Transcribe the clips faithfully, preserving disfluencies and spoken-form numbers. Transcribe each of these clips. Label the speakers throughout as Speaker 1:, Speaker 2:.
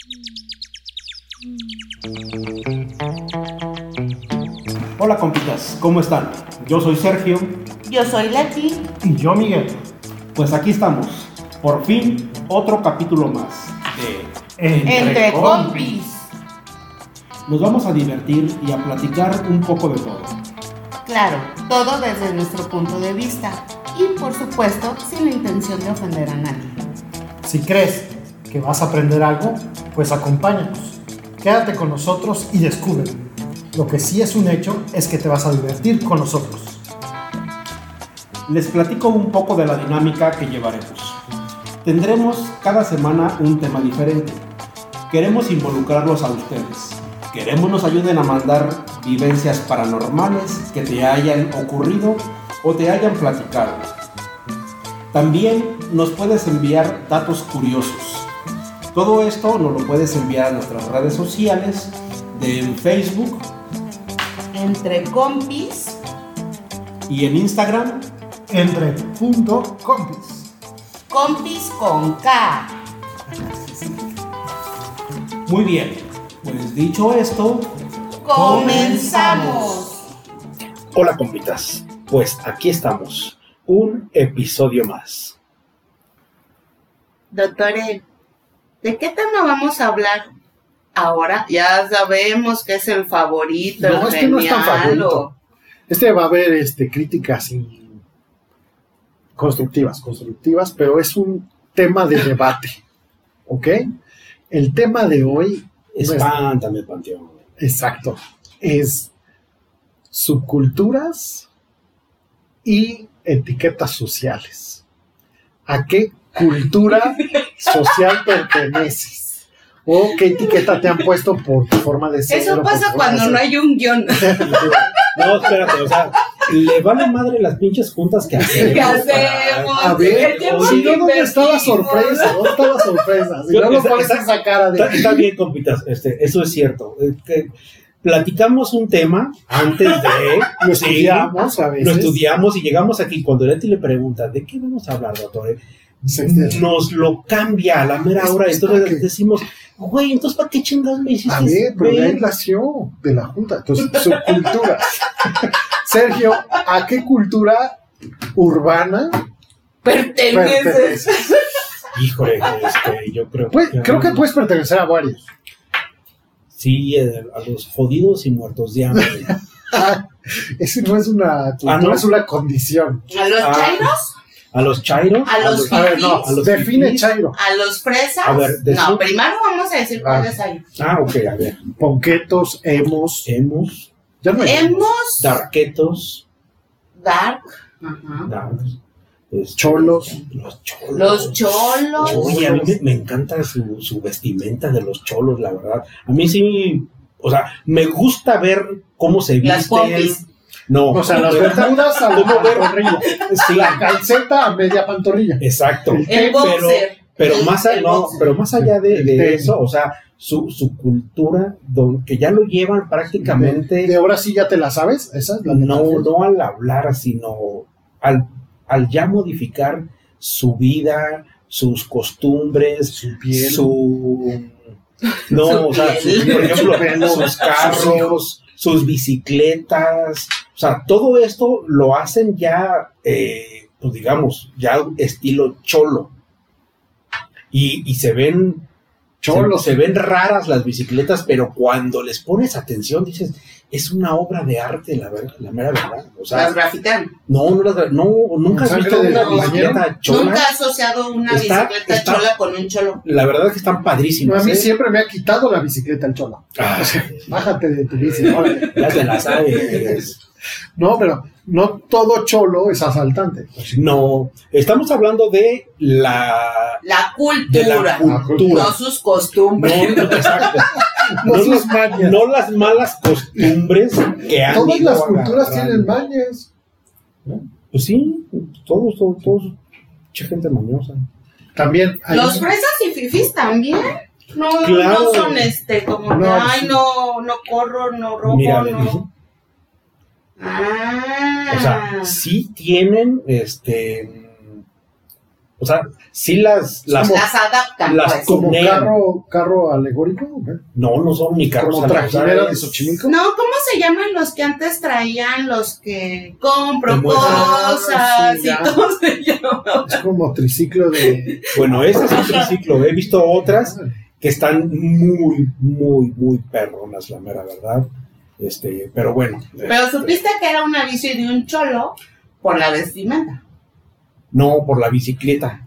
Speaker 1: Hola compitas, ¿cómo están? Yo soy Sergio.
Speaker 2: Yo soy Leti.
Speaker 3: Y yo Miguel.
Speaker 1: Pues aquí estamos, por fin otro capítulo más de
Speaker 2: Entre, Entre compis.
Speaker 1: Nos vamos a divertir y a platicar un poco de todo.
Speaker 2: Claro, todo desde nuestro punto de vista y por supuesto sin la intención de ofender a nadie.
Speaker 3: Si crees que vas a aprender algo, pues acompáñanos. Quédate con nosotros y descubre. Lo que sí es un hecho es que te vas a divertir con nosotros.
Speaker 1: Les platico un poco de la dinámica que llevaremos. Tendremos cada semana un tema diferente. Queremos involucrarlos a ustedes. Queremos nos ayuden a mandar vivencias paranormales que te hayan ocurrido o te hayan platicado. También nos puedes enviar datos curiosos. Todo esto nos lo puedes enviar a nuestras redes sociales de en Facebook,
Speaker 2: Entre Compis,
Speaker 1: y en Instagram,
Speaker 3: Entre punto compis.
Speaker 2: Compis con K.
Speaker 1: Muy bien, pues dicho esto,
Speaker 2: ¡comenzamos!
Speaker 1: Hola compitas, pues aquí estamos, un episodio más.
Speaker 2: Doctore, ¿de qué tema vamos a hablar ahora? Ya sabemos que es el favorito,
Speaker 4: no,
Speaker 2: el
Speaker 4: este no es tan
Speaker 2: genial,
Speaker 4: favorito.
Speaker 2: o-
Speaker 4: Este va a haber este, críticas y constructivas, constructivas, pero es un tema de debate, ¿ok? El tema de hoy,
Speaker 1: Espántame, Panteón.
Speaker 4: exacto, es subculturas y etiquetas sociales. ¿A qué cultura social perteneces? ¿O qué etiqueta te han puesto por tu forma de ser?
Speaker 2: Eso
Speaker 4: o por
Speaker 2: pasa
Speaker 4: tu forma
Speaker 2: cuando
Speaker 4: de
Speaker 2: no
Speaker 4: ser?
Speaker 2: hay un guión.
Speaker 1: No, espérate, o sea, le vale madre las pinches juntas que hacemos.
Speaker 2: ¿Qué hacemos?
Speaker 4: A ver,
Speaker 2: El tiempo
Speaker 4: si
Speaker 2: que
Speaker 4: no, ¿dónde está la
Speaker 2: invertimos.
Speaker 4: sorpresa? ¿Dónde está la sorpresa? Si no lo
Speaker 1: Está-
Speaker 4: pones
Speaker 1: está-
Speaker 4: esa cara de...
Speaker 1: Está, está bien, compitas, este, eso es cierto. Eh, que platicamos un tema antes de...
Speaker 4: Lo
Speaker 1: sí,
Speaker 4: estudiamos a veces.
Speaker 1: Lo estudiamos y llegamos aquí. Cuando Leti le pregunta, ¿de qué vamos a hablar, doctor?
Speaker 4: Sí.
Speaker 1: Nos lo cambia a la mera
Speaker 4: Es-
Speaker 1: hora.
Speaker 4: es
Speaker 1: Entonces
Speaker 4: para que-
Speaker 1: decimos, güey, entonces ¿para qué chingados me hiciste
Speaker 4: A ver, pero de ahí
Speaker 1: ver?
Speaker 4: nació de la Junta. Entonces, subculturas. Sergio, ¿a qué cultura urbana
Speaker 2: Perteneces.
Speaker 4: perteneces?
Speaker 1: Híjole, este, yo creo
Speaker 4: Pues, creo que puedes pertenecer a varios.
Speaker 1: Sí, eh, a los jodidos y muertos de hambre.
Speaker 4: Ah, ese no es una cultura,
Speaker 1: Ah, ¿no?
Speaker 4: es una condición.
Speaker 2: ¿A los
Speaker 1: Ah.
Speaker 2: chairos?
Speaker 1: A los chairos.
Speaker 2: A los
Speaker 4: A ver, no,
Speaker 2: fifís.
Speaker 1: a los
Speaker 4: define
Speaker 1: fifís.
Speaker 4: chairo.
Speaker 2: ¿A los fresas?
Speaker 1: A ver, de
Speaker 2: no,
Speaker 1: su-
Speaker 2: primero vamos a decir
Speaker 4: Ah.
Speaker 2: cuáles hay.
Speaker 1: Ah, ok, a ver.
Speaker 4: Ponquetos, emos.
Speaker 1: Hemos,
Speaker 4: Ya no hay
Speaker 2: Hemos,
Speaker 1: darquetos,
Speaker 2: dark, ajá.
Speaker 1: darks, este,
Speaker 4: Cholos.
Speaker 1: Los cholos.
Speaker 2: Los cholos.
Speaker 1: Oye, a mí me, me encanta su, su vestimenta de los cholos, la verdad. A mí sí, o sea, me gusta ver cómo se
Speaker 2: Las
Speaker 1: visten.
Speaker 2: pompis.
Speaker 1: No,
Speaker 4: O sea, las
Speaker 1: pero-
Speaker 4: bermudas a la
Speaker 1: ¿Cómo ver?
Speaker 4: pantorrilla.
Speaker 1: Sí,
Speaker 4: La calceta a media pantorrilla.
Speaker 1: exacto.
Speaker 2: El
Speaker 1: Pero,
Speaker 2: boxer.
Speaker 1: pero
Speaker 2: El-
Speaker 1: más, a-
Speaker 2: el
Speaker 1: no,
Speaker 2: boxer.
Speaker 1: pero más allá de,
Speaker 4: El
Speaker 1: de
Speaker 4: tenis.
Speaker 1: eso, o sea, su, su cultura, don, que ya lo llevan prácticamente,
Speaker 4: De, de ahora sí ya te la sabes. Esa es la que
Speaker 1: no,
Speaker 4: te-
Speaker 1: no al hablar, sino al, al ya modificar su vida, sus costumbres,
Speaker 4: Su piel.
Speaker 1: su... No,
Speaker 2: Su
Speaker 1: o sea,
Speaker 2: piel.
Speaker 1: su- por ejemplo,
Speaker 4: Su pelo,
Speaker 1: sus
Speaker 4: sus
Speaker 1: carros,
Speaker 4: hijos.
Speaker 1: sus bicicletas, o sea, todo esto lo hacen ya, eh, pues digamos, ya estilo cholo. Y, y se ven
Speaker 4: Cholos.
Speaker 1: Se, se ven raras las bicicletas, pero cuando les pones atención dices, es una obra de arte, la verdad, la mera verdad. O sea,
Speaker 2: Las grafitean.
Speaker 1: no, no, las, no, nunca has
Speaker 4: Sangre
Speaker 1: visto
Speaker 4: de
Speaker 1: una
Speaker 4: compañero.
Speaker 1: bicicleta chola.
Speaker 2: Nunca he asociado una
Speaker 1: Está-
Speaker 2: bicicleta
Speaker 1: está-
Speaker 2: chola con un cholo.
Speaker 1: La verdad es que están
Speaker 4: No,
Speaker 1: padrísimas.
Speaker 4: a mí
Speaker 1: ¿eh?
Speaker 4: siempre me ha quitado la bicicleta el cholo.
Speaker 1: Ah,
Speaker 4: O sea, bájate de tu bici. órale.
Speaker 1: ya te la sabes.
Speaker 4: No, pero no todo cholo es asaltante.
Speaker 1: No, estamos hablando de la
Speaker 2: La
Speaker 1: de la
Speaker 2: cultura.
Speaker 1: cultura.
Speaker 2: No sus costumbres.
Speaker 1: No, no, exacto.
Speaker 4: No
Speaker 1: No,
Speaker 4: sus
Speaker 1: las-
Speaker 4: mañas.
Speaker 1: no las malas costumbres que han
Speaker 4: Todas
Speaker 1: ido
Speaker 4: las culturas
Speaker 1: agarrando.
Speaker 4: tienen mañas.
Speaker 1: Pues sí, todos, todos, todos, mucha gente mañosa.
Speaker 4: También hay
Speaker 2: Los fresas y fifís también. No,
Speaker 1: Claro.
Speaker 2: no son este, como que,
Speaker 4: No,
Speaker 2: ay,
Speaker 4: sí.
Speaker 2: no, no corro, no robo,
Speaker 1: Mira,
Speaker 2: no. Ah.
Speaker 1: o sea, sí tienen, este, O sea, sí las... las
Speaker 2: Las adaptan,
Speaker 1: las
Speaker 2: pues.
Speaker 4: ¿Como
Speaker 1: tunean.
Speaker 4: carro, carro alegórico? ¿O qué?
Speaker 1: No, no son ni carros.
Speaker 4: ¿Como trajinera de Xochimilco?
Speaker 2: No, ¿cómo se llaman los que antes traían los que compro
Speaker 1: Te muestran.
Speaker 2: cosas
Speaker 4: Ah, sí,
Speaker 2: y
Speaker 4: ya.
Speaker 2: cómo se llama?
Speaker 4: Es como triciclo de...
Speaker 1: Bueno, ese es un triciclo. He visto otras que están muy, muy, muy perronas, la mera verdad. Este, pero bueno.
Speaker 2: Pero
Speaker 1: este,
Speaker 2: supiste que era una bici de un cholo por la vestimenta.
Speaker 1: No, por la bicicleta.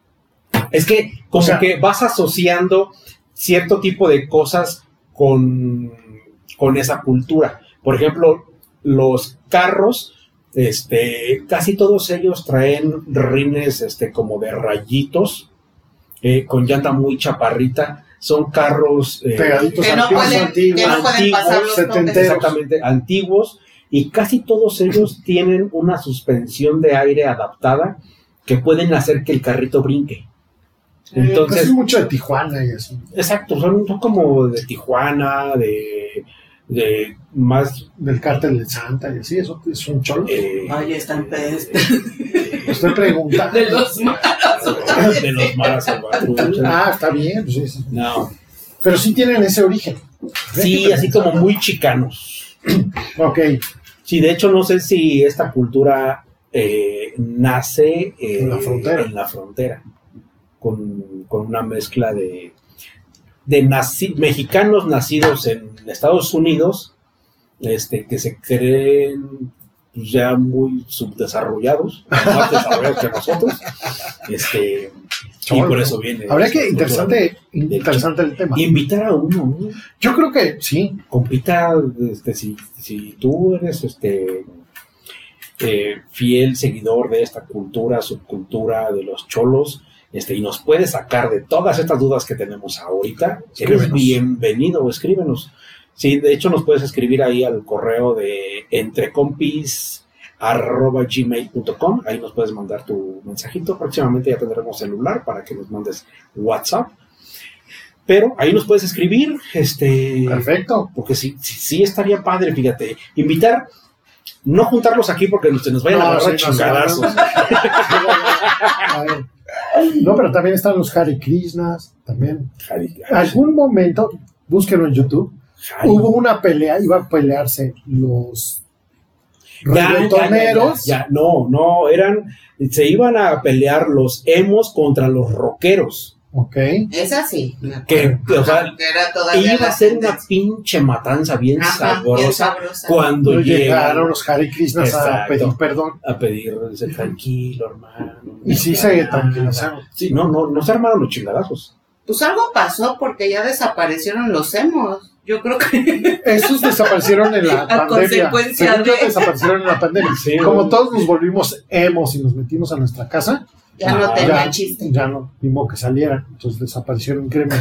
Speaker 1: Es que como
Speaker 4: O sea,
Speaker 1: que vas asociando cierto tipo de cosas con, con esa cultura. Por ejemplo, los carros, este, casi todos ellos traen rines este, como de rayitos, eh, con llanta muy chaparrita. Son carros eh,
Speaker 4: Pegaditos
Speaker 2: Que no
Speaker 4: antiguos,
Speaker 2: pueden,
Speaker 4: antiguos,
Speaker 2: que no pueden
Speaker 1: antiguos,
Speaker 2: pasar los toques.
Speaker 4: setenteros.
Speaker 1: exactamente antiguos, y casi todos ellos tienen una suspensión de aire adaptada que pueden hacer que el carrito brinque.
Speaker 4: Pues
Speaker 1: Entonces,
Speaker 4: es mucho de Tijuana y eso.
Speaker 1: exacto, son, son como de Tijuana, de, de más...
Speaker 4: Del cártel de Santa y así, eso es un cholo.
Speaker 1: eh,
Speaker 2: Ay, están peste.
Speaker 4: Estoy preguntando.
Speaker 2: De los malos.
Speaker 1: de los maras salvatruchos.
Speaker 4: Ah, está bien. Pues sí, sí.
Speaker 1: No,
Speaker 4: Pero sí tienen ese origen.
Speaker 1: sí, así como muy chicanos.
Speaker 4: Ok.
Speaker 1: Sí, de hecho no sé si esta cultura eh, nace eh,
Speaker 4: En la frontera.
Speaker 1: en la frontera, con, con una mezcla de, de naci- mexicanos nacidos en Estados Unidos, este, que se creen pues, ya muy subdesarrollados, más desarrollados que nosotros, este, y por eso viene.
Speaker 4: Habría
Speaker 1: esta
Speaker 4: que,
Speaker 1: cultura.
Speaker 4: interesante, interesante el tema.
Speaker 1: Invitar a uno, ¿no?
Speaker 4: Yo creo que sí.
Speaker 1: Compita, este, si, si tú eres este eh, fiel seguidor de esta cultura, subcultura de los cholos, este, y nos puedes sacar de todas estas dudas que tenemos ahorita, eres
Speaker 4: Escríbenos.
Speaker 1: bienvenido, escríbenos. Sí, de hecho nos puedes escribir ahí al correo de entrecompis arroba gmail punto com, ahí nos puedes mandar tu mensajito. Próximamente ya tendremos celular para que nos mandes WhatsApp, pero ahí nos puedes escribir, este,
Speaker 4: Perfecto.
Speaker 1: porque sí, sí, sí estaría padre, fíjate, invitar, no juntarlos aquí porque se nos vayan
Speaker 4: No,
Speaker 1: a agarrar
Speaker 4: sí, no,
Speaker 1: chingadazos.
Speaker 4: no, A ver. No, pero también están los Hare Krishnas. También.
Speaker 1: Jari,
Speaker 4: Algún momento, búsquenlo en YouTube.
Speaker 1: Jari.
Speaker 4: Hubo una pelea, iba a pelearse los
Speaker 1: Ya, ya, ya,
Speaker 4: reggaetoneros.
Speaker 1: ya, ya, no, no, eran, se iban a pelear los emos contra los rockeros.
Speaker 4: Ok.
Speaker 2: Esa sí. me
Speaker 1: Que,
Speaker 2: acuerdo.
Speaker 1: o sea,
Speaker 2: Que era todavía
Speaker 1: iba a
Speaker 2: la
Speaker 1: ser una
Speaker 2: tendencia.
Speaker 1: pinche matanza bien
Speaker 2: Ajá, bien
Speaker 1: sabrosa
Speaker 2: sabrosa.
Speaker 1: cuando
Speaker 4: Cuando llegaron
Speaker 1: llegaron
Speaker 4: los Hare Krishnas a
Speaker 1: Exacto.
Speaker 4: pedir perdón.
Speaker 1: a pedir, dice, tranquilo, hermano.
Speaker 4: Y sí se tranquilizaron.
Speaker 1: Sí, no, no, no se armaron los chingadazos.
Speaker 2: Pues algo pasó porque ya desaparecieron los emos. Yo creo que
Speaker 4: Esos desaparecieron en la
Speaker 2: A
Speaker 4: pandemia.
Speaker 2: consecuencia
Speaker 4: Según yo,
Speaker 2: de-
Speaker 4: desaparecieron en la pandemia.
Speaker 1: Sí,
Speaker 4: Como
Speaker 1: ¿no?
Speaker 4: todos nos volvimos emos y nos metimos a nuestra casa,
Speaker 2: ya no
Speaker 1: Ah,
Speaker 2: tenía
Speaker 4: ya,
Speaker 2: chiste.
Speaker 4: ya no vimos que salieran. Entonces desaparecieron, créeme.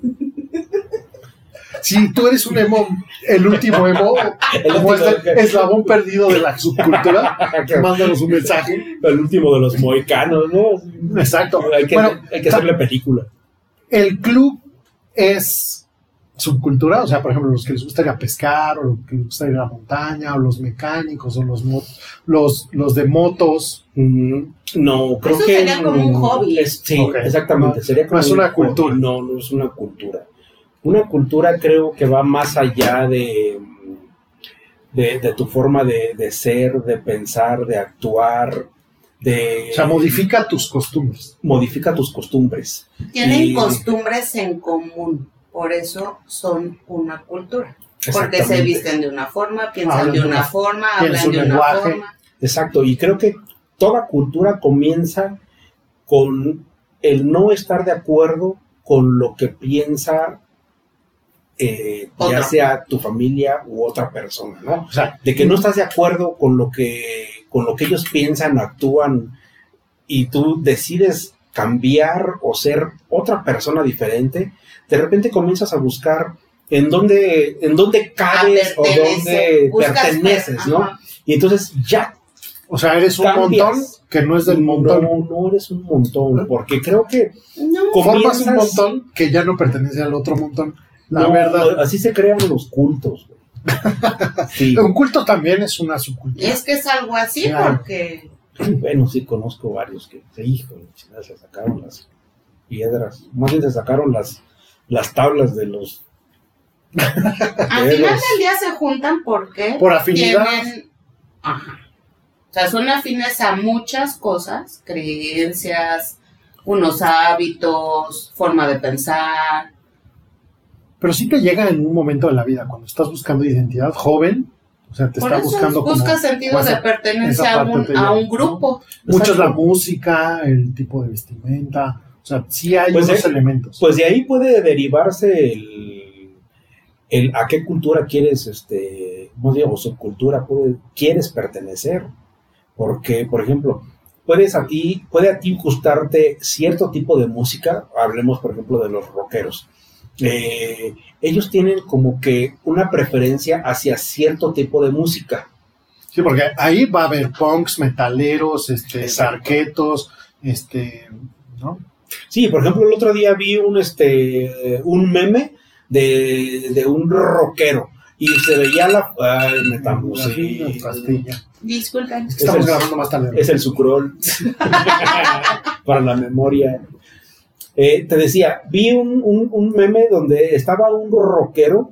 Speaker 4: Si tú eres un emo, el último emo,
Speaker 1: El
Speaker 4: como
Speaker 1: último
Speaker 4: es
Speaker 1: que-
Speaker 4: eslabón este perdido de la subcultura, mándanos un mensaje.
Speaker 1: El último de los moicanos, ¿no?
Speaker 4: Exacto.
Speaker 1: Hay que,
Speaker 4: Bueno,
Speaker 1: hay que hacerle película.
Speaker 4: el club es subcultura, o sea, por ejemplo, los que les gusta ir a pescar, o los que les gusta ir a la montaña, o los mecánicos, o los mo- los, los de motos.
Speaker 1: Mm, No, creo
Speaker 2: Eso
Speaker 1: que.
Speaker 2: sería como un hobby.
Speaker 1: es- sí,
Speaker 4: Ok.
Speaker 1: exactamente.
Speaker 4: No,
Speaker 1: sería como
Speaker 4: no es
Speaker 1: un
Speaker 4: una
Speaker 1: hobby.
Speaker 4: cultura.
Speaker 1: No, no es una cultura. Una cultura creo que va más allá de, de, de tu forma de, de ser, de pensar, de actuar, de.
Speaker 4: O sea, modifica tus costumbres.
Speaker 1: modifica tus costumbres.
Speaker 2: Tienen
Speaker 1: Y-
Speaker 2: costumbres en común. Por eso son una cultura. Porque se
Speaker 1: Exactamente.
Speaker 2: visten de una forma, piensan
Speaker 4: Hablan
Speaker 2: de
Speaker 4: de
Speaker 2: una
Speaker 4: una-
Speaker 2: forma,
Speaker 4: tienen
Speaker 2: hablan
Speaker 4: su
Speaker 2: de una
Speaker 4: lenguaje.
Speaker 2: forma.
Speaker 1: Exacto, y creo que toda cultura comienza con el no estar de acuerdo con lo que piensa eh, ya
Speaker 2: Otro.
Speaker 1: sea tu familia u otra persona, ¿no?
Speaker 4: O sea,
Speaker 1: De que no estás de acuerdo con lo que, con lo que ellos piensan, actúan, y tú decides cambiar o ser otra persona diferente, de repente comienzas a buscar en dónde, en dónde cabes o dónde
Speaker 2: Buscas-
Speaker 1: perteneces, ¿no?
Speaker 2: ajá.
Speaker 1: Y entonces ya
Speaker 4: o sea, eres un
Speaker 1: cambias.
Speaker 4: montón que no es del montón.
Speaker 1: No, no eres un montón, porque creo que
Speaker 2: No,
Speaker 1: Con-
Speaker 4: Formas un
Speaker 1: comienzas-
Speaker 4: montón que ya no pertenece al otro montón. La
Speaker 1: no,
Speaker 4: verdad.
Speaker 1: así se crean los cultos. güey. Sí.
Speaker 4: Un culto también es una subcultura.
Speaker 2: es que es algo así
Speaker 4: Claro.
Speaker 2: porque
Speaker 1: Bueno, sí conozco varios que se hijo, se sacaron las piedras, más bien se sacaron las, las tablas de los...
Speaker 2: Al final del día se juntan porque
Speaker 4: Por afinidad.
Speaker 2: tienen, ajá, o sea, son afines a muchas cosas, creencias, unos hábitos, forma de pensar.
Speaker 4: Pero sí te llega en un momento de la vida, cuando estás buscando identidad joven, o sea, te
Speaker 2: Por
Speaker 4: está
Speaker 2: eso
Speaker 4: buscando como...
Speaker 2: busca sentido
Speaker 4: esa-
Speaker 2: de pertenencia
Speaker 4: esa
Speaker 2: a un,
Speaker 4: parte te
Speaker 2: a
Speaker 4: lleva,
Speaker 2: un grupo.
Speaker 4: ¿no? Mucho es la
Speaker 1: Exacto.
Speaker 4: música, el tipo de vestimenta, o sea, sí hay
Speaker 1: Pues
Speaker 4: unos
Speaker 1: de-
Speaker 4: elementos.
Speaker 1: Pues de ahí puede derivarse el, el a qué cultura quieres, este, ¿cómo digo? Subcultura puede, quieres pertenecer. Porque, por ejemplo, puedes a ti, puede a ti gustarte cierto tipo de música, hablemos por ejemplo de los rockeros. Eh, ellos tienen como que una preferencia hacia cierto tipo de música.
Speaker 4: Sí, porque ahí va a haber punks, metaleros, este,
Speaker 1: Exacto.
Speaker 4: darketos, este, ¿no?
Speaker 1: Sí, por ejemplo, el otro día vi un este un meme de, de un rockero y se veía la ay, me tambo,
Speaker 4: Así,
Speaker 1: sí.
Speaker 4: la pastilla.
Speaker 2: Disculpen.
Speaker 4: Es que estamos
Speaker 1: Es el-
Speaker 4: grabando más tarde.
Speaker 1: Es el sucrol para la memoria. Eh, te decía, vi un, un, un meme donde estaba un rockero,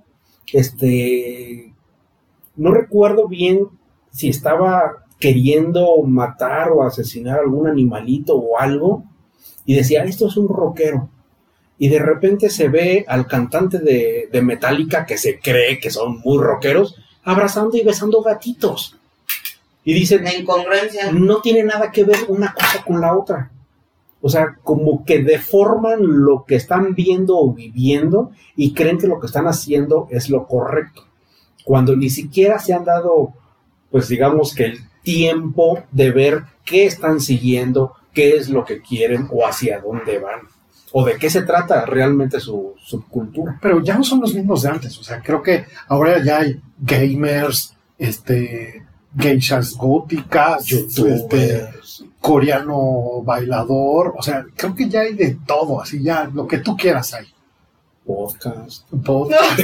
Speaker 1: este, no recuerdo bien si estaba queriendo matar o asesinar algún animalito o algo, y decía, esto es un rockero. Y de repente se ve al cantante de, de Metallica, que se cree que son muy rockeros, abrazando y besando gatitos. Y dicen,
Speaker 2: La incongruencia.
Speaker 1: no tiene nada que ver una cosa con la otra. O sea, como que deforman lo que están viendo o viviendo y creen que lo que están haciendo es lo correcto. Cuando ni siquiera se han dado, pues digamos que el tiempo de ver qué están siguiendo, qué es lo que quieren o hacia dónde van. O de qué se trata realmente su subcultura.
Speaker 4: Pero ya no son los mismos de antes, o sea, creo que ahora ya hay gamers, este, geishas góticas, este,
Speaker 1: Youtubers.
Speaker 4: coreano bailador, o sea, creo que ya hay de todo, así ya, lo que tú quieras hay.
Speaker 1: Podcast.
Speaker 4: Podcast.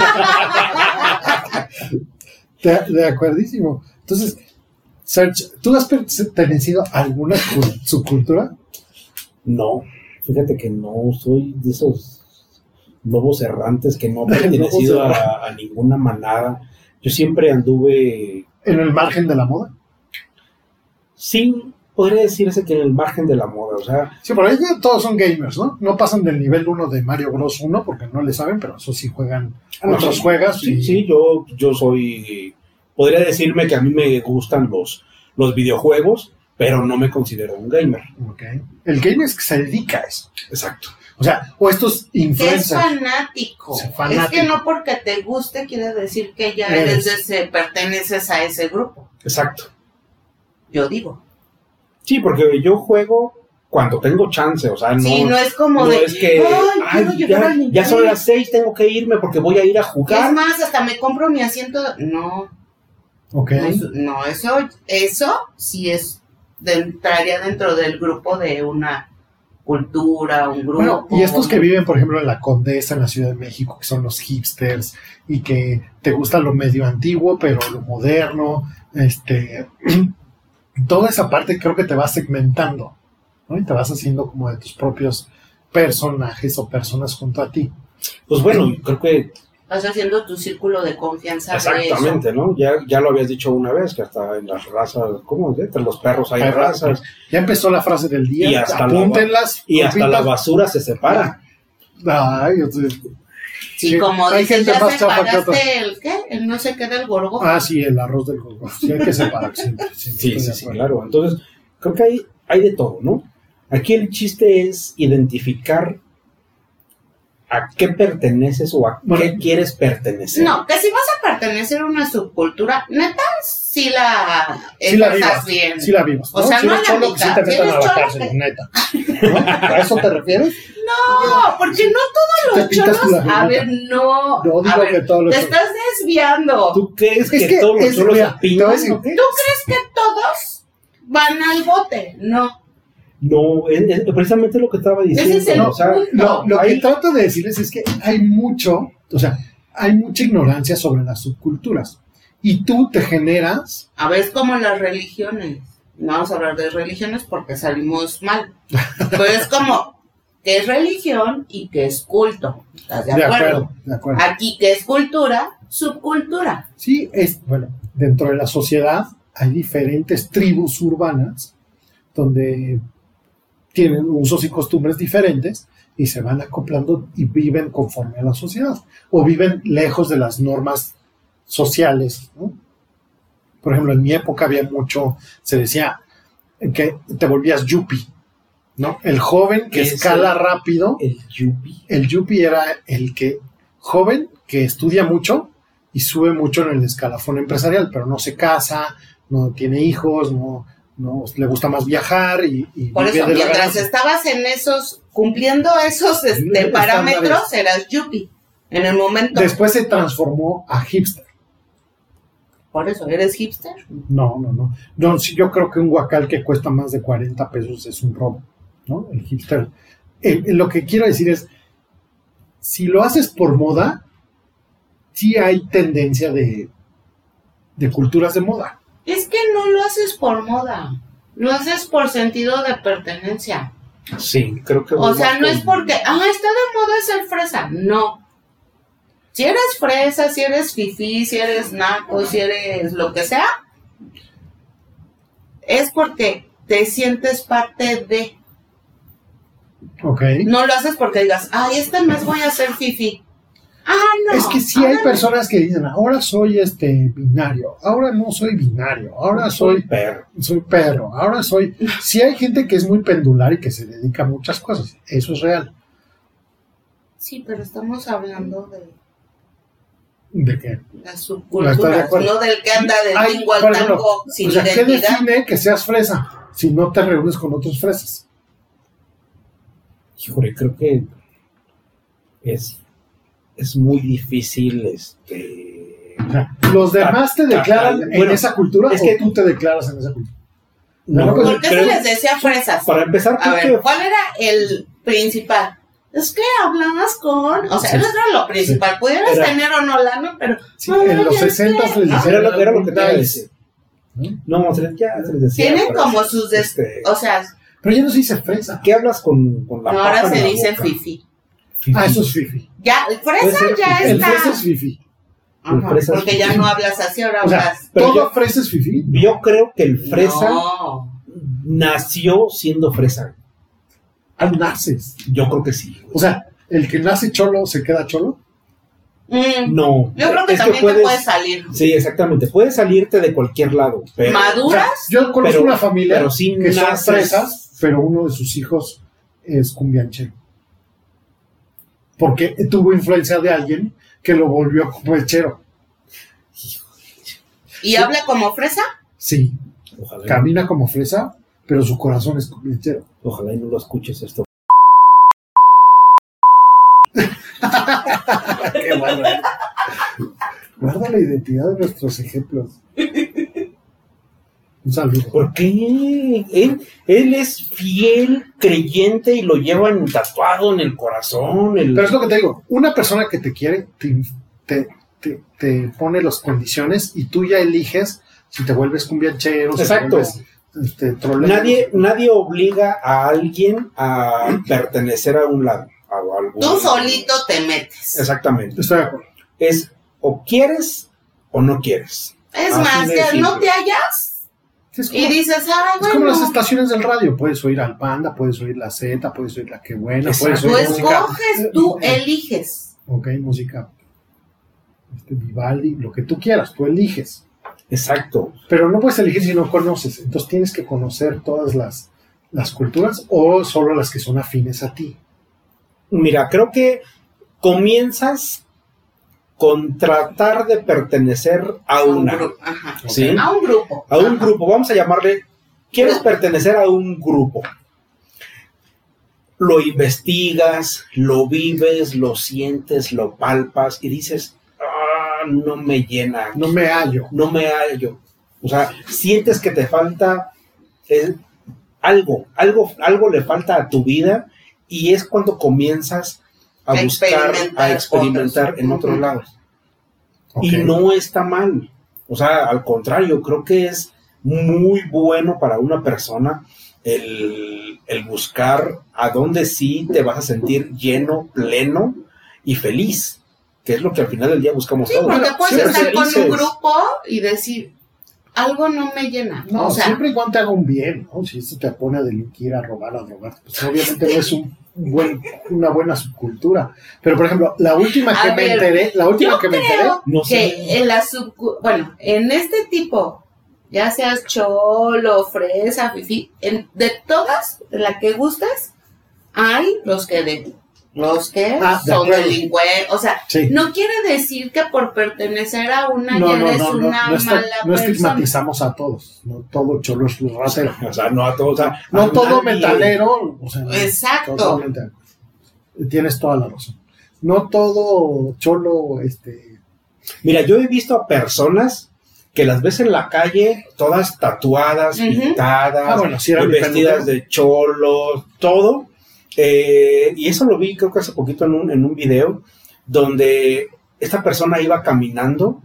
Speaker 4: de, de acuerdísimo. Entonces, Serge, ¿tú has pertenecido a alguna cul- subcultura?
Speaker 1: No, fíjate que no, soy de esos lobos errantes que no he pertenecido
Speaker 4: Lobos
Speaker 1: a, a ninguna manada. Yo siempre anduve,
Speaker 4: ¿En el margen de la moda?
Speaker 1: sí, podría decirse que en el margen de la moda, o sea,
Speaker 4: Sí, por ahí ya todos son gamers, ¿no? No pasan del nivel uno de Mario Bros. uno porque no le saben, pero eso sí juegan
Speaker 1: ah, no,
Speaker 4: otros
Speaker 1: sí,
Speaker 4: juegos.
Speaker 1: Sí,
Speaker 4: y-
Speaker 1: sí, yo, yo soy, podría decirme que a mí me gustan los, los videojuegos, pero no me considero un gamer.
Speaker 4: Ok. El gamer es que se dedica a eso.
Speaker 1: Exacto.
Speaker 4: O sea, o estos
Speaker 2: Que es
Speaker 4: influencers.
Speaker 2: fanático.
Speaker 4: Sí,
Speaker 2: Es
Speaker 4: fanático.
Speaker 2: que no porque te guste quiere decir que ya
Speaker 4: Eres.
Speaker 2: eres de ese, perteneces a ese grupo.
Speaker 1: Exacto.
Speaker 2: Yo digo.
Speaker 1: Sí, porque yo juego cuando tengo chance, o sea, no,
Speaker 2: sí, no es como
Speaker 1: no
Speaker 2: de.
Speaker 1: es que,
Speaker 2: "Ay,
Speaker 1: ay,
Speaker 2: quiero llegar
Speaker 1: ya,
Speaker 2: al nivel".
Speaker 1: ya son las seis, tengo que irme porque voy a ir a
Speaker 2: Es
Speaker 1: jugar.
Speaker 2: más, hasta me compro mi asiento. No,
Speaker 4: Ok.
Speaker 2: no, eso- no, eso, eso sí es, de- entraría dentro del grupo de una cultura, un grupo.
Speaker 4: Bueno, y estos que viven, por ejemplo, en la Condesa, en la Ciudad de México, que son los hipsters, y que te gusta lo medio antiguo, pero lo moderno, este, toda esa parte creo que te va segmentando, ¿no? Y te vas haciendo como de tus propios personajes o personas junto a ti.
Speaker 1: Pues bueno, creo que
Speaker 2: Vas haciendo tu círculo de confianza. de eso.
Speaker 1: exactamente, ¿no? Ya, ya lo habías dicho una vez, que hasta en las razas, ¿cómo es? Entre los perros hay
Speaker 4: Hay
Speaker 1: razas,
Speaker 4: Ya empezó la frase del día,
Speaker 1: Y hasta la-
Speaker 4: apúntenlas.
Speaker 1: y hasta la
Speaker 4: compitas.
Speaker 1: basura se separa.
Speaker 4: Ay, entonces,
Speaker 2: Sí,
Speaker 4: sí,
Speaker 2: como
Speaker 4: hay
Speaker 2: dices,
Speaker 4: gente
Speaker 2: ya
Speaker 4: más chafa que otra.
Speaker 2: separaste el qué, el no sé qué del gorgo.
Speaker 4: Ah, sí, el arroz del gorgo. Sí, hay que separar siempre. siempre
Speaker 1: Sí,
Speaker 4: estoy
Speaker 1: sí,
Speaker 4: de
Speaker 1: sí,
Speaker 4: acuerdo.
Speaker 1: claro. Entonces, creo que hay, hay de todo, ¿no? Aquí el chiste es identificar a qué perteneces o a
Speaker 4: Bueno,
Speaker 1: qué quieres pertenecer.
Speaker 2: No, que si vas a pertenecer a una subcultura, neta, sí la
Speaker 4: Sí la
Speaker 2: ejerzas
Speaker 4: vivas,
Speaker 2: bien.
Speaker 4: sí la vivas.
Speaker 2: O
Speaker 4: ¿no?
Speaker 2: sea,
Speaker 4: si
Speaker 2: no
Speaker 4: eres
Speaker 2: la
Speaker 4: cholo, que sí
Speaker 2: mitad.
Speaker 4: te
Speaker 2: Si
Speaker 4: metan a
Speaker 2: eres
Speaker 4: la
Speaker 2: cholo,
Speaker 4: cárcel,
Speaker 2: que-
Speaker 4: neta. ¿No? ¿A eso te refieres?
Speaker 2: No, porque no todos
Speaker 4: Te
Speaker 2: los
Speaker 4: pintas tú
Speaker 2: cholos.
Speaker 4: la
Speaker 2: A
Speaker 4: finita.
Speaker 2: ver, no.
Speaker 4: No digo
Speaker 2: a ver,
Speaker 4: que todos los
Speaker 2: te
Speaker 4: cholos.
Speaker 2: estás desviando. ¿Tú,
Speaker 1: ¿Tú crees
Speaker 4: Es
Speaker 1: que,
Speaker 4: que
Speaker 1: todos los
Speaker 4: es-
Speaker 1: cholos
Speaker 4: mira,
Speaker 1: se
Speaker 4: te voy a
Speaker 1: pintan
Speaker 4: decir-
Speaker 1: o qué?
Speaker 2: crees que todos van al bote? No.
Speaker 1: No, es, es precisamente lo que estaba diciendo.
Speaker 2: Ese es el
Speaker 1: o sea,
Speaker 2: punto.
Speaker 4: No, lo
Speaker 1: hay-
Speaker 4: que trato de decirles es que hay mucho, o sea, hay mucha ignorancia sobre las subculturas. Y tú te generas,
Speaker 2: A ver, es como las religiones. No vamos a hablar de religiones porque salimos mal. Pero es como, ¿qué es religión y qué es culto? ¿Estás de acuerdo?
Speaker 4: De acuerdo, de acuerdo.
Speaker 2: Aquí, ¿qué es cultura? Subcultura.
Speaker 4: Sí, es, bueno, dentro de la sociedad hay diferentes tribus urbanas donde tienen usos y costumbres diferentes y se van acoplando y viven conforme a la sociedad o viven lejos de las normas sociales, ¿no? Por ejemplo, en mi época había mucho, se decía que te volvías yuppie, ¿no? El joven que escala
Speaker 1: el,
Speaker 4: rápido.
Speaker 1: El yuppie.
Speaker 4: El yuppie era el que, joven que estudia mucho y sube mucho en el escalafón empresarial, pero no se casa, no tiene hijos, no, no le gusta más viajar y, y
Speaker 2: por
Speaker 4: vive
Speaker 2: eso,
Speaker 4: de la
Speaker 2: mientras
Speaker 4: ganancia.
Speaker 2: estabas en esos, cumpliendo esos este, parámetros, eras yuppie. En el momento.
Speaker 4: Después se transformó a hipster.
Speaker 2: Por eso, ¿eres hipster?
Speaker 4: No, no, no. no sí, yo creo que un guacal que cuesta más de cuarenta pesos es un robo, ¿no? El hipster. Eh, lo que quiero decir es, si lo haces por moda, sí hay tendencia de, de culturas de moda.
Speaker 2: Es que no lo haces por moda, lo haces por sentido de pertenencia.
Speaker 1: Sí, creo que...
Speaker 2: O sea, no es porque, ah, está de moda ser fresa, no. Si eres fresa, si eres fifí, si eres naco, si eres lo que sea, es porque te sientes parte de.
Speaker 4: Ok.
Speaker 2: No lo haces porque digas, ay, este mes voy a ser fifí. Ah, no.
Speaker 4: Es que sí hay personas que dicen, ahora soy este binario, ahora no soy binario, ahora soy
Speaker 1: perro.
Speaker 4: Soy perro, ahora soy... Sí hay gente que es muy pendular y que se dedica a muchas cosas, eso es real.
Speaker 2: Sí, pero estamos hablando de
Speaker 4: ¿De qué?
Speaker 2: las
Speaker 4: Estoy de
Speaker 2: subculturas,
Speaker 4: acuerdo.
Speaker 2: no del que anda de
Speaker 4: Hay,
Speaker 2: tingo al
Speaker 4: por ejemplo,
Speaker 2: tango sin
Speaker 4: o sea, ¿qué
Speaker 2: identidad.
Speaker 4: define que seas fresa si no te reúnes con otros fresas?
Speaker 1: Híjole, creo que es, es muy difícil, este...
Speaker 4: O sea, ¿los demás te declaran
Speaker 1: Bueno,
Speaker 4: en esa cultura
Speaker 1: es
Speaker 4: o
Speaker 1: que
Speaker 4: tú te declaras en esa cultura?
Speaker 1: No,
Speaker 4: pues,
Speaker 2: ¿Por qué
Speaker 1: creo-
Speaker 2: se les decía fresas?
Speaker 1: Para empezar,
Speaker 2: A
Speaker 1: creo
Speaker 2: ver,
Speaker 1: que...
Speaker 2: ¿cuál era el principal? Es que hablabas con... O sea,
Speaker 4: Sí.
Speaker 2: eso era lo principal. Pudieras
Speaker 1: Era-
Speaker 2: tener o no lana, pero...
Speaker 4: Sí,
Speaker 2: no,
Speaker 4: en los
Speaker 2: ya
Speaker 4: sesentas
Speaker 2: sé.
Speaker 4: les
Speaker 1: Ah,
Speaker 4: decían
Speaker 1: era, lo, era lo que te iba a
Speaker 4: nice,
Speaker 1: decir.
Speaker 4: ¿no?
Speaker 1: No, se les, ya se les decía.
Speaker 2: Tienen
Speaker 1: pero,
Speaker 2: como sus... des-
Speaker 1: este,
Speaker 2: O sea,
Speaker 4: Pero ya no se dice fresa.
Speaker 1: ¿qué hablas con, con la
Speaker 2: no,
Speaker 1: papa
Speaker 2: ahora
Speaker 1: en
Speaker 2: se
Speaker 1: la
Speaker 2: dice
Speaker 1: boca?
Speaker 2: fifi.
Speaker 1: Fifi.
Speaker 4: Ah, eso es fifi.
Speaker 2: Ya,
Speaker 1: Puede
Speaker 2: fresa
Speaker 1: ser
Speaker 2: ya
Speaker 4: El
Speaker 2: está...
Speaker 4: fresa es fifi.
Speaker 2: Ajá,
Speaker 1: el fresa es
Speaker 2: porque ya
Speaker 1: fifi.
Speaker 2: no hablas así, ahora
Speaker 4: O sea,
Speaker 2: hablas...
Speaker 1: Pero
Speaker 4: ¿todo
Speaker 1: yo-
Speaker 4: fresa es fifi?
Speaker 1: Yo creo que el fresa
Speaker 2: No.
Speaker 1: nació siendo fresa.
Speaker 4: Ah, naces.
Speaker 1: Yo creo que sí.
Speaker 4: O sea, el que nace cholo se queda cholo.
Speaker 2: Mm,
Speaker 1: No.
Speaker 2: yo creo que
Speaker 1: es
Speaker 2: también
Speaker 1: puedes-
Speaker 2: te puedes salir.
Speaker 1: Sí, exactamente. Puedes salirte de cualquier lado. Pero,
Speaker 4: O sea,
Speaker 2: ¿Maduras?
Speaker 4: yo conozco
Speaker 1: Pero-
Speaker 4: una familia
Speaker 1: pero sí
Speaker 4: que son
Speaker 1: naces-
Speaker 4: fresas, pero uno de sus hijos es cumbianchero. Porque tuvo influencia de alguien que lo volvió cumbianchero.
Speaker 2: ¿Y habla como fresa?
Speaker 4: Sí,
Speaker 1: Ojalá,
Speaker 4: camina como fresa, pero su corazón es cumbianchero.
Speaker 1: ojalá y no lo escuches esto.
Speaker 4: Qué bueno. Guarda la identidad de nuestros ejemplos. Un saludo.
Speaker 1: ¿Por qué? Él, él es fiel creyente y lo llevan tatuado en el corazón. El...
Speaker 4: Pero es lo que te digo, una persona que te quiere te, te, te, te pone las condiciones y tú ya eliges si te vuelves cumbianchero, si te
Speaker 1: Exacto.
Speaker 4: vuelves este, trolero.
Speaker 1: Nadie, nadie obliga a alguien a pertenecer a un lado. A algún-
Speaker 2: Tú solito te metes.
Speaker 1: Exactamente.
Speaker 4: Estoy de acuerdo.
Speaker 1: Es o quieres o no quieres.
Speaker 2: Es
Speaker 1: Así
Speaker 2: más,
Speaker 1: de
Speaker 2: que
Speaker 1: simple.
Speaker 2: no te hallas
Speaker 4: Es como,
Speaker 2: y dices, ay,
Speaker 4: es como las
Speaker 2: bueno.
Speaker 4: estaciones del radio. Puedes oír al Panda, puedes oír la Z, puedes oír la Que Buena, puedes
Speaker 1: Exacto.
Speaker 2: Tú
Speaker 4: oír música.
Speaker 2: escoges, tú eliges.
Speaker 4: Ok, música. Este, Vivaldi, lo que tú quieras, tú eliges.
Speaker 1: Exacto.
Speaker 4: Pero no puedes elegir si no conoces. Entonces tienes que conocer todas las, las culturas o solo las que son afines a ti.
Speaker 1: Mira, creo que comienzas con tratar de pertenecer a
Speaker 2: A un
Speaker 1: una.
Speaker 2: grupo. Ajá.
Speaker 1: ¿Sí?
Speaker 2: A un grupo.
Speaker 1: A un
Speaker 2: Ajá.
Speaker 1: grupo. Vamos a llamarle, ¿quieres pertenecer a un grupo? Lo investigas, lo vives, lo sientes, lo palpas y dices, ah, no me llena,
Speaker 4: No me hallo.
Speaker 1: no me hallo. O sea, sientes que te falta eh, algo, algo, algo le falta a tu vida y es cuando comienzas a
Speaker 2: A
Speaker 1: buscar,
Speaker 2: experimentar
Speaker 1: a experimentar
Speaker 2: otros.
Speaker 1: en otros
Speaker 2: Ujú.
Speaker 1: lados.
Speaker 4: Ok.
Speaker 1: Y no está mal. O sea, al contrario, creo que es muy bueno para una persona el, el buscar a dónde sí te vas a sentir lleno, pleno y feliz, que es lo que al final del día buscamos
Speaker 2: Sí,
Speaker 1: todos.
Speaker 2: porque
Speaker 1: Bueno,
Speaker 2: puedes
Speaker 1: siempre
Speaker 2: estar con
Speaker 1: felices.
Speaker 2: un grupo y decir, algo no me llena.
Speaker 4: No,
Speaker 2: o sea,
Speaker 4: siempre y cuando te haga un bien, ¿no? Si eso te pone a delinquir, a robar, a drogar, pues obviamente no es un buen, una buena subcultura. Pero, por ejemplo, la última que
Speaker 2: A
Speaker 4: me
Speaker 2: ver,
Speaker 4: enteré, la última
Speaker 2: yo
Speaker 4: que me enteré,
Speaker 2: creo
Speaker 1: no
Speaker 2: que
Speaker 1: sé.
Speaker 2: en la subcu- bueno, en este tipo, ya seas cholo, fresa, fifi, en, de todas, de la que gustes, hay los que de, los que
Speaker 4: Ah, de
Speaker 2: son
Speaker 4: acuerdo.
Speaker 2: delincuentes. O sea,
Speaker 4: sí.
Speaker 2: no quiere decir que por pertenecer a una
Speaker 4: No,
Speaker 2: ya
Speaker 4: no,
Speaker 2: eres
Speaker 4: no, no,
Speaker 2: una
Speaker 4: no, está-
Speaker 2: mala
Speaker 4: no
Speaker 2: persona.
Speaker 4: estigmatizamos a todos, no todo cholo es ratero.
Speaker 1: O sea, no a todos. O sea,
Speaker 4: No
Speaker 1: a
Speaker 4: todo
Speaker 1: nadie.
Speaker 4: metalero, o sea, no,
Speaker 2: Exacto.
Speaker 4: totalmente de acuerdo. Tienes toda la razón. No todo cholo, este,
Speaker 1: Mira, yo he visto a personas que las ves en la calle, todas tatuadas,
Speaker 2: Ujú.
Speaker 1: pintadas,
Speaker 4: Ah, bueno, sí era
Speaker 1: eh,
Speaker 4: mi
Speaker 1: vestidas
Speaker 4: peluquero.
Speaker 1: de cholos, todo. Eh, y eso lo vi creo que hace poquito en un, en un video donde esta persona iba caminando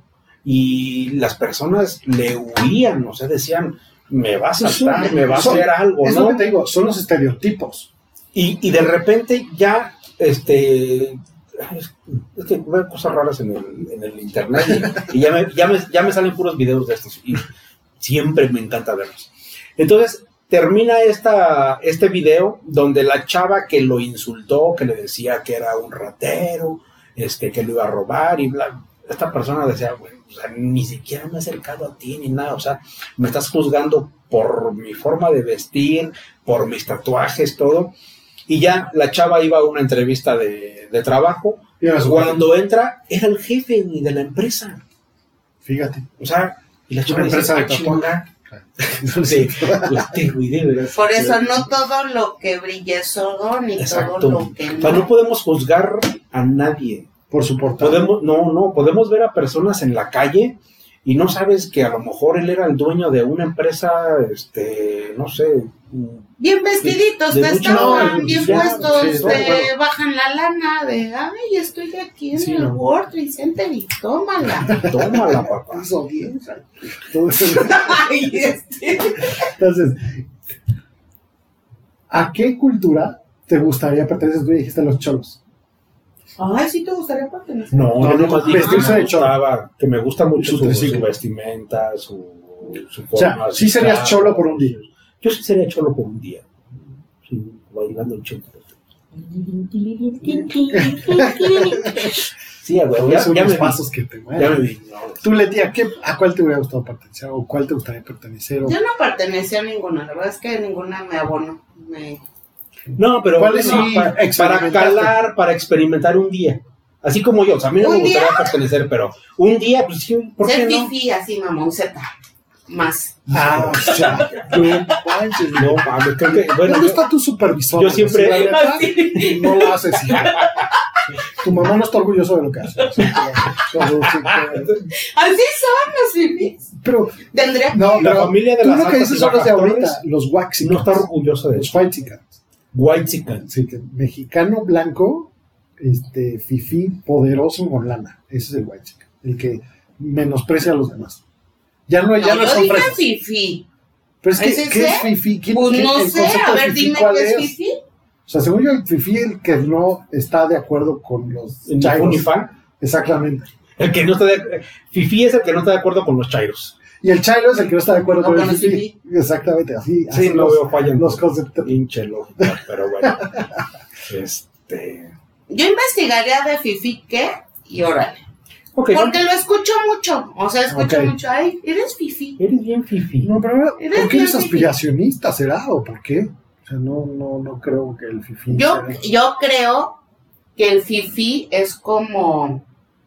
Speaker 1: y las personas le huían, o sea, decían, me va a saltar, me va a
Speaker 4: Son-
Speaker 1: hacer algo,
Speaker 4: es
Speaker 1: ¿no?
Speaker 4: lo que te digo, son los estereotipos.
Speaker 1: Y, y de repente ya, este, es, es que veo cosas raras en el, en el internet y, y ya, me, ya, me, ya me salen puros videos de estos y siempre me encanta verlos. Entonces termina esta, este video donde la chava que lo insultó, que le decía que era un ratero, este, que lo iba a robar y bla, esta persona decía, güey, o sea, ni siquiera me he acercado a ti ni nada, o sea, me estás juzgando por mi forma de vestir, por mis tatuajes, todo. Y ya la chava iba a una entrevista de, de trabajo.
Speaker 4: Y era su
Speaker 1: Cuando entra, era el jefe de la empresa.
Speaker 4: Fíjate.
Speaker 1: O sea, y la chava
Speaker 4: Una
Speaker 1: dice,
Speaker 4: empresa de
Speaker 1: "Ah, chinga".
Speaker 4: tatuajes.
Speaker 1: Sí, este güey, de veras.
Speaker 2: Por eso no todo lo que brille es oro, ni
Speaker 1: Exacto.
Speaker 2: todo lo que
Speaker 1: O sea, no podemos juzgar a nadie.
Speaker 4: Por su portada.
Speaker 1: Podemos, no, no, podemos ver a personas en la calle y no sabes que a lo mejor él era el dueño de una empresa, este, no sé.
Speaker 2: bien vestiditos,
Speaker 1: de
Speaker 2: te
Speaker 1: mucho-
Speaker 2: estaban
Speaker 1: no,
Speaker 2: bien
Speaker 1: ya,
Speaker 2: puestos,
Speaker 1: sí,
Speaker 2: te
Speaker 1: bueno.
Speaker 2: bajan la lana de, ay, estoy aquí en
Speaker 4: Sí,
Speaker 2: el
Speaker 4: no.
Speaker 2: World Trade Center y tómala.
Speaker 1: Tómala, papá.
Speaker 4: Hizo bien. Todo eso.
Speaker 2: Ay, este.
Speaker 4: Entonces, ¿a qué cultura te gustaría pertenecer? Tú dijiste los cholos.
Speaker 2: Ay, sí te gustaría pertenecer.
Speaker 1: No,
Speaker 4: No,
Speaker 1: yo
Speaker 4: no,
Speaker 1: nomás dije que
Speaker 4: vestirse
Speaker 1: me
Speaker 4: de cholo.
Speaker 1: gustaba, que me gusta mucho
Speaker 4: Su
Speaker 1: su, su
Speaker 4: triciclo.
Speaker 1: vestimenta, su, su
Speaker 4: O sea,
Speaker 1: forma de
Speaker 4: sí serías
Speaker 1: estar.
Speaker 4: cholo por un día.
Speaker 1: Yo sí sería cholo por un día. Sí, bailando el cholo. Sí, a güey,
Speaker 4: Todos
Speaker 1: ya,
Speaker 4: esos
Speaker 1: ya me vi.
Speaker 4: pasos que te
Speaker 1: Ya me
Speaker 4: mueven.
Speaker 1: vi. No,
Speaker 4: Tú, Leti, ¿a, qué, ¿a cuál te hubiera gustado pertenecer? ¿O cuál te gustaría pertenecer? O-
Speaker 2: Yo no pertenecía a ninguna, la verdad es que ninguna me abono. Me...
Speaker 1: No, pero
Speaker 4: ¿Cuál es
Speaker 1: no,
Speaker 4: sí
Speaker 1: para, para
Speaker 4: experimentaste?
Speaker 1: calar, para experimentar un día. Así como yo, o sea, a mí no me
Speaker 2: ¿Un
Speaker 1: gustaría pertenecer, pero un día, pues sí, ¿por qué
Speaker 2: Ser
Speaker 1: no?
Speaker 2: fifi, así, mamonceta. Más.
Speaker 4: Ah, o sea, no manches,
Speaker 1: No, mames, creo que, bueno,
Speaker 4: ¿dónde
Speaker 1: yo-
Speaker 4: está tu supervisor?
Speaker 1: yo siempre-
Speaker 4: Si la neta,
Speaker 2: Así.
Speaker 4: no lo haces, hija. Tu mamá no está orgulloso de lo que haces. Pero,
Speaker 2: Así son los fifis.
Speaker 4: pero
Speaker 2: Tendría
Speaker 4: no,
Speaker 1: La
Speaker 4: pero
Speaker 1: familia de
Speaker 4: tú
Speaker 1: las
Speaker 4: lo que
Speaker 1: altas
Speaker 4: dices
Speaker 1: y
Speaker 4: son los de
Speaker 1: bajas
Speaker 4: ahorita,
Speaker 1: torres
Speaker 4: los waxicans.
Speaker 1: no está orgulloso de
Speaker 4: Los
Speaker 1: eso.
Speaker 4: whitexicans.
Speaker 1: White chicken.
Speaker 4: Sí, que mexicano blanco, este, fifí, poderoso con lana. Ese es el whitexican, el que menosprecia a los demás. Ya no, ya no,
Speaker 2: No, yo
Speaker 4: son
Speaker 2: dije
Speaker 4: fresas.
Speaker 2: fifi.
Speaker 4: Pero es que,
Speaker 2: ¿Es ese?
Speaker 4: ¿qué es fifí? ¿Quién-
Speaker 2: Pues
Speaker 4: quién-
Speaker 2: no
Speaker 4: el
Speaker 2: sé,
Speaker 4: concepto
Speaker 2: a
Speaker 4: de
Speaker 2: ver,
Speaker 4: fifí
Speaker 2: dime
Speaker 4: cuál
Speaker 2: qué es
Speaker 4: es?
Speaker 2: fifi.
Speaker 4: O sea, según yo, el fifí el que no está de acuerdo con los
Speaker 1: En
Speaker 4: chairos.
Speaker 1: Unifan,
Speaker 4: Exactamente.
Speaker 1: el que no está de Fifi es el que no está de acuerdo con los chairos.
Speaker 4: Y el chairo es el que no está de acuerdo
Speaker 2: No,
Speaker 4: con
Speaker 2: con
Speaker 4: el
Speaker 2: el
Speaker 4: fifí. Exactamente, así. así
Speaker 1: Sí, no
Speaker 4: los,
Speaker 1: veo falla en
Speaker 4: los
Speaker 1: tu
Speaker 4: conceptos.
Speaker 1: pinche lógica, pero bueno. este.
Speaker 2: Yo investigaría de fifi qué y órale.
Speaker 1: Ok,
Speaker 2: Porque lo escucho mucho. O sea, escucho
Speaker 4: Ok.
Speaker 2: mucho. Ay, eres fifi.
Speaker 1: eres bien Fifi.
Speaker 4: No, pero ahora,
Speaker 2: Eres
Speaker 4: ¿por qué eres
Speaker 2: bien fifí.
Speaker 4: aspiracionista? ¿Será? ¿O por qué? O sea, no, no, no creo que el fifí
Speaker 2: Yo,
Speaker 4: sea-
Speaker 2: yo creo que el fifi es como.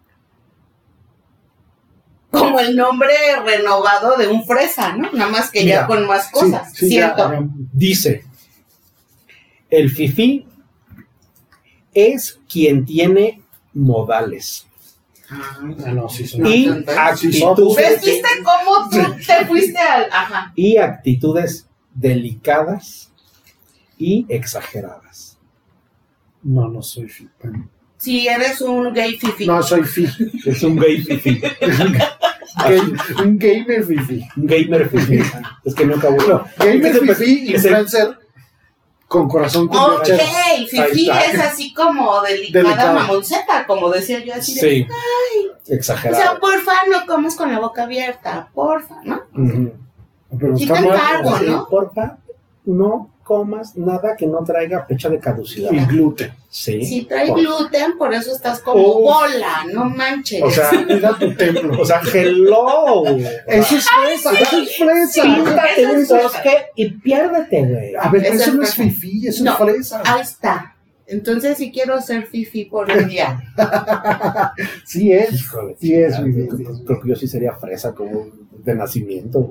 Speaker 2: Como el nombre renovado de un fresa, ¿no? Nada más que
Speaker 1: Mira,
Speaker 2: ya con más
Speaker 4: Sí,
Speaker 2: cosas.
Speaker 4: sí, ya,
Speaker 2: ¿Cierto?
Speaker 4: ya.
Speaker 1: Dice: el Fifi es quien tiene modales
Speaker 2: Ah,
Speaker 4: Ah, no, sí, son-
Speaker 1: y
Speaker 2: entonces-
Speaker 4: ¿Ves,
Speaker 1: actitudes,
Speaker 2: ¿viste cómo tú te fuiste al. Ajá.
Speaker 1: y actitudes delicadas y exageradas.
Speaker 4: No, no soy fi. Bueno,
Speaker 2: Si eres un gay fifi.
Speaker 4: no, soy fi.
Speaker 1: Es un gay Fifi.
Speaker 4: Ga- un gamer fifi.
Speaker 1: Un gamer fifi. Es que no acabó.
Speaker 4: No, gamer
Speaker 1: Es que
Speaker 4: fifi,
Speaker 1: es el-
Speaker 4: influencer con corazón con
Speaker 2: Ok,
Speaker 4: derechos.
Speaker 1: Ahí
Speaker 2: Fifi
Speaker 1: está.
Speaker 2: es así como delicada,
Speaker 4: Delicada.
Speaker 2: mamonceta, como decía yo, así de,
Speaker 1: Sí.
Speaker 2: o sea,
Speaker 1: Exagerado.
Speaker 2: porfa, no comas con la boca abierta, porfa, ¿no?
Speaker 1: Ujú.
Speaker 4: Pero
Speaker 2: Quita
Speaker 4: está
Speaker 2: el
Speaker 4: mal.
Speaker 2: cargo,
Speaker 1: Sí,
Speaker 2: ¿no?
Speaker 1: porfa, no comas nada que no traiga fecha de caducidad.
Speaker 4: Y gluten.
Speaker 1: Sí.
Speaker 2: Si trae
Speaker 1: Por-
Speaker 2: gluten, por eso estás como
Speaker 1: Uf.
Speaker 2: bola, no manches.
Speaker 1: O sea,
Speaker 4: Cuida tu templo.
Speaker 1: o sea, hello.
Speaker 4: Eso es fresa, eso es fresa.
Speaker 1: Píntate
Speaker 2: Eso
Speaker 1: un
Speaker 2: es
Speaker 1: bosque y piérdete, güey.
Speaker 4: A ver,
Speaker 2: Eso
Speaker 4: eso
Speaker 2: es
Speaker 4: no es
Speaker 2: fresa.
Speaker 4: fifi, eso
Speaker 2: No.
Speaker 4: es fresa.
Speaker 2: Ahí está. Entonces, si quiero ser fifi por un día.
Speaker 4: Sí es.
Speaker 1: Híjole,
Speaker 4: Sí es,
Speaker 1: ya,
Speaker 4: mi
Speaker 1: creo,
Speaker 4: vida.
Speaker 1: creo que yo sí sería fresa como de nacimiento.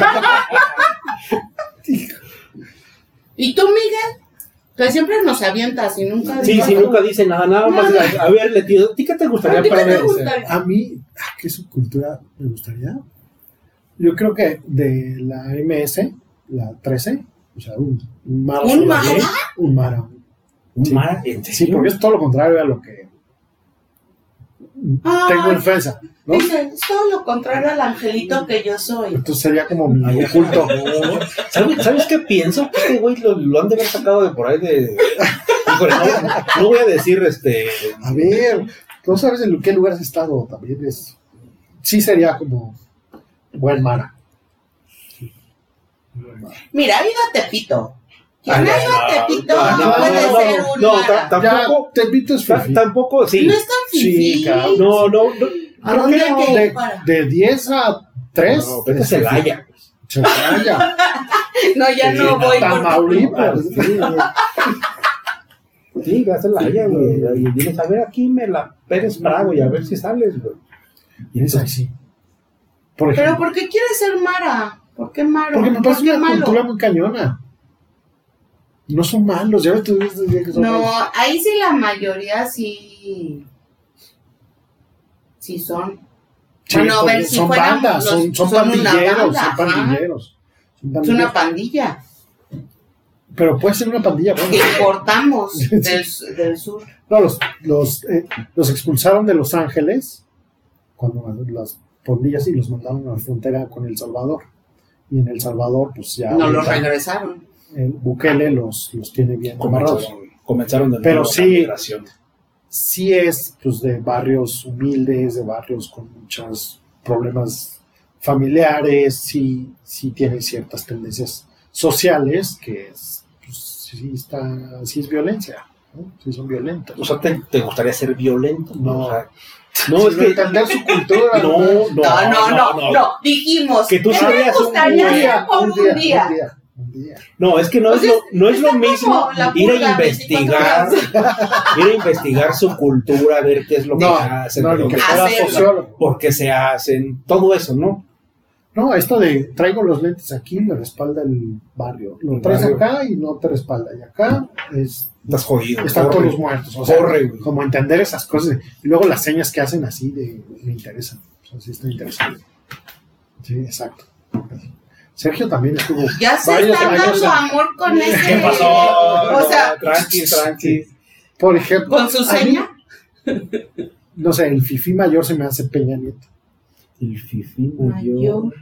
Speaker 2: ¿Y tú, Miguel? Que siempre nos avientas y nunca
Speaker 1: Sí,
Speaker 2: dices
Speaker 1: sí,
Speaker 2: algo.
Speaker 1: nunca dice nada, nada más. A, a ver, Leti, ¿a ti qué te gustaría
Speaker 2: ¿A ti qué
Speaker 1: para
Speaker 2: te
Speaker 1: ver?
Speaker 2: gustaría?
Speaker 4: A mí, ah, ¿qué subcultura me gustaría? Yo creo que de la M S, la trece, o sea, un, un Mara.
Speaker 2: ¿Un
Speaker 4: sobre
Speaker 2: Mara?
Speaker 4: mí, Un Mara.
Speaker 1: ¿Un
Speaker 4: Sí.
Speaker 1: mar? ¿En
Speaker 4: Sí,
Speaker 1: serio?
Speaker 4: porque es todo lo contrario a lo que
Speaker 2: Ay,
Speaker 4: tengo en fresa, ¿no?
Speaker 2: dice, es todo lo contrario al angelito que yo soy.
Speaker 4: Entonces sería como mi
Speaker 1: Ay,
Speaker 4: oculto.
Speaker 1: ¿Sabes, ¿Sabes qué pienso? Que este güey lo, lo han de haber sacado de por ahí de... Híjole, no, no voy a decir este...
Speaker 4: A ver, ¿no sabes en qué lugar has estado? También es. Sí, sería como buen Mara. Buen Mara.
Speaker 2: Mira, ha ido a Tepito. Quien
Speaker 1: Ay,
Speaker 2: ha ido a
Speaker 1: no,
Speaker 2: Tepito
Speaker 1: no,
Speaker 2: no,
Speaker 1: no,
Speaker 2: puede
Speaker 1: no,
Speaker 2: ser
Speaker 1: no,
Speaker 2: un
Speaker 1: no,
Speaker 2: Mara.
Speaker 1: ta- Tampoco-
Speaker 4: Ya, te invito es
Speaker 1: ta-
Speaker 4: fifi.
Speaker 1: Tampoco, sí.
Speaker 2: No es tan fifí.
Speaker 4: Sí, cabrón.
Speaker 1: No, no, no.
Speaker 2: ¿A
Speaker 1: creo
Speaker 2: dónde
Speaker 1: que
Speaker 2: hay
Speaker 1: no.
Speaker 2: que ir
Speaker 4: De,
Speaker 2: para?
Speaker 4: de diez a tres.
Speaker 1: No, vete a Celaya.
Speaker 4: Celaya.
Speaker 2: No, ya
Speaker 1: Sí,
Speaker 2: no
Speaker 1: no,
Speaker 2: voy.
Speaker 4: Tamaulipas.
Speaker 1: Sí, sí, ve a Celaya, güey. Y vienes a ver aquí, me la Pérez Prado y a ver si sales, güey.
Speaker 4: Y es así. Por
Speaker 2: Pero
Speaker 4: ejemplo.
Speaker 2: ¿por qué quieres ser Mara? ¿Por qué Maro?
Speaker 4: Porque me
Speaker 2: ¿Por
Speaker 4: parece
Speaker 2: qué
Speaker 4: una
Speaker 2: malo?
Speaker 4: cultura muy cañona. No son malos, ya ves tú dices que son
Speaker 2: No,
Speaker 4: malos.
Speaker 2: ahí sí la mayoría sí. Sí son.
Speaker 4: Sí,
Speaker 2: bueno, a ver,
Speaker 4: porque
Speaker 2: si
Speaker 4: son
Speaker 2: fuéramos
Speaker 4: bandas,
Speaker 2: los-
Speaker 4: son, son
Speaker 2: son una
Speaker 4: pandilleros,
Speaker 2: banda,
Speaker 4: son
Speaker 2: ajá.
Speaker 4: pandilleros. Son
Speaker 2: Es
Speaker 4: pandilleros.
Speaker 2: una pandilla
Speaker 4: Pero puede ser una pandilla. bueno.
Speaker 2: que importamos del, del sur.
Speaker 4: No, los, los, eh, los expulsaron de Los Ángeles cuando las pandillas y los mandaron a la frontera con El Salvador. Y en El Salvador, pues ya.
Speaker 2: No los
Speaker 4: ahorita,
Speaker 2: regresaron.
Speaker 4: el Bukele los, los tiene bien amarrados.
Speaker 1: Comenzaron, comenzaron de
Speaker 4: Pero
Speaker 1: nuevo
Speaker 4: sí.
Speaker 1: la migración.
Speaker 4: Sí es pues de barrios humildes, de barrios con muchos problemas familiares, sí, sí tiene ciertas tendencias sociales que es, pues, sí está, sí es violencia, ¿no? Sí son violentos.
Speaker 1: O sea, ¿te, te gustaría ser violento?
Speaker 4: No.
Speaker 1: O sea, no, es
Speaker 4: Sin
Speaker 1: que...
Speaker 4: entender su cultura.
Speaker 1: No, no,
Speaker 2: No, no, no, no. Dijimos
Speaker 1: Que tú
Speaker 2: ¿qué
Speaker 1: serías
Speaker 2: me
Speaker 1: un
Speaker 2: gustaría
Speaker 1: día,
Speaker 2: hacer por un día?
Speaker 4: un día, un día.
Speaker 1: No, es que no,
Speaker 2: O
Speaker 1: es,
Speaker 2: sea,
Speaker 1: lo, no es lo
Speaker 2: está
Speaker 1: mismo
Speaker 2: como la
Speaker 1: ir a
Speaker 2: purga
Speaker 1: investigar, ir a investigar su cultura, ver qué es lo que
Speaker 4: No,
Speaker 1: hacen,
Speaker 4: no,
Speaker 1: de
Speaker 4: ni
Speaker 1: dónde
Speaker 4: que
Speaker 2: Hacerlo.
Speaker 4: fuera sociólogo.
Speaker 1: por qué se hacen, todo eso, ¿no?
Speaker 4: No, esto de traigo los lentes aquí, me respalda el barrio. Lo
Speaker 1: El
Speaker 4: traes
Speaker 1: barrio.
Speaker 4: acá y no te respalda. Y acá es
Speaker 1: Estás jodido.
Speaker 4: están
Speaker 1: corre.
Speaker 4: todos los muertos. O sea,
Speaker 1: Corre, güey.
Speaker 4: como entender esas cosas. Y luego las señas que hacen así de me interesan. O sea, sí está interesante. Sí, exacto. Sergio también estuvo
Speaker 2: Ya se
Speaker 4: varios
Speaker 2: está
Speaker 4: años
Speaker 2: dando
Speaker 4: en-
Speaker 2: amor con ese.
Speaker 1: ¿Qué pasó?
Speaker 2: O sea,
Speaker 1: tranqui, tranqui.
Speaker 4: por ejemplo,
Speaker 2: con su
Speaker 4: a mí,
Speaker 2: seña.
Speaker 4: no sé, el fifí mayor se me hace Peña Nieto.
Speaker 1: El fifí
Speaker 2: Mayor.
Speaker 1: mayor.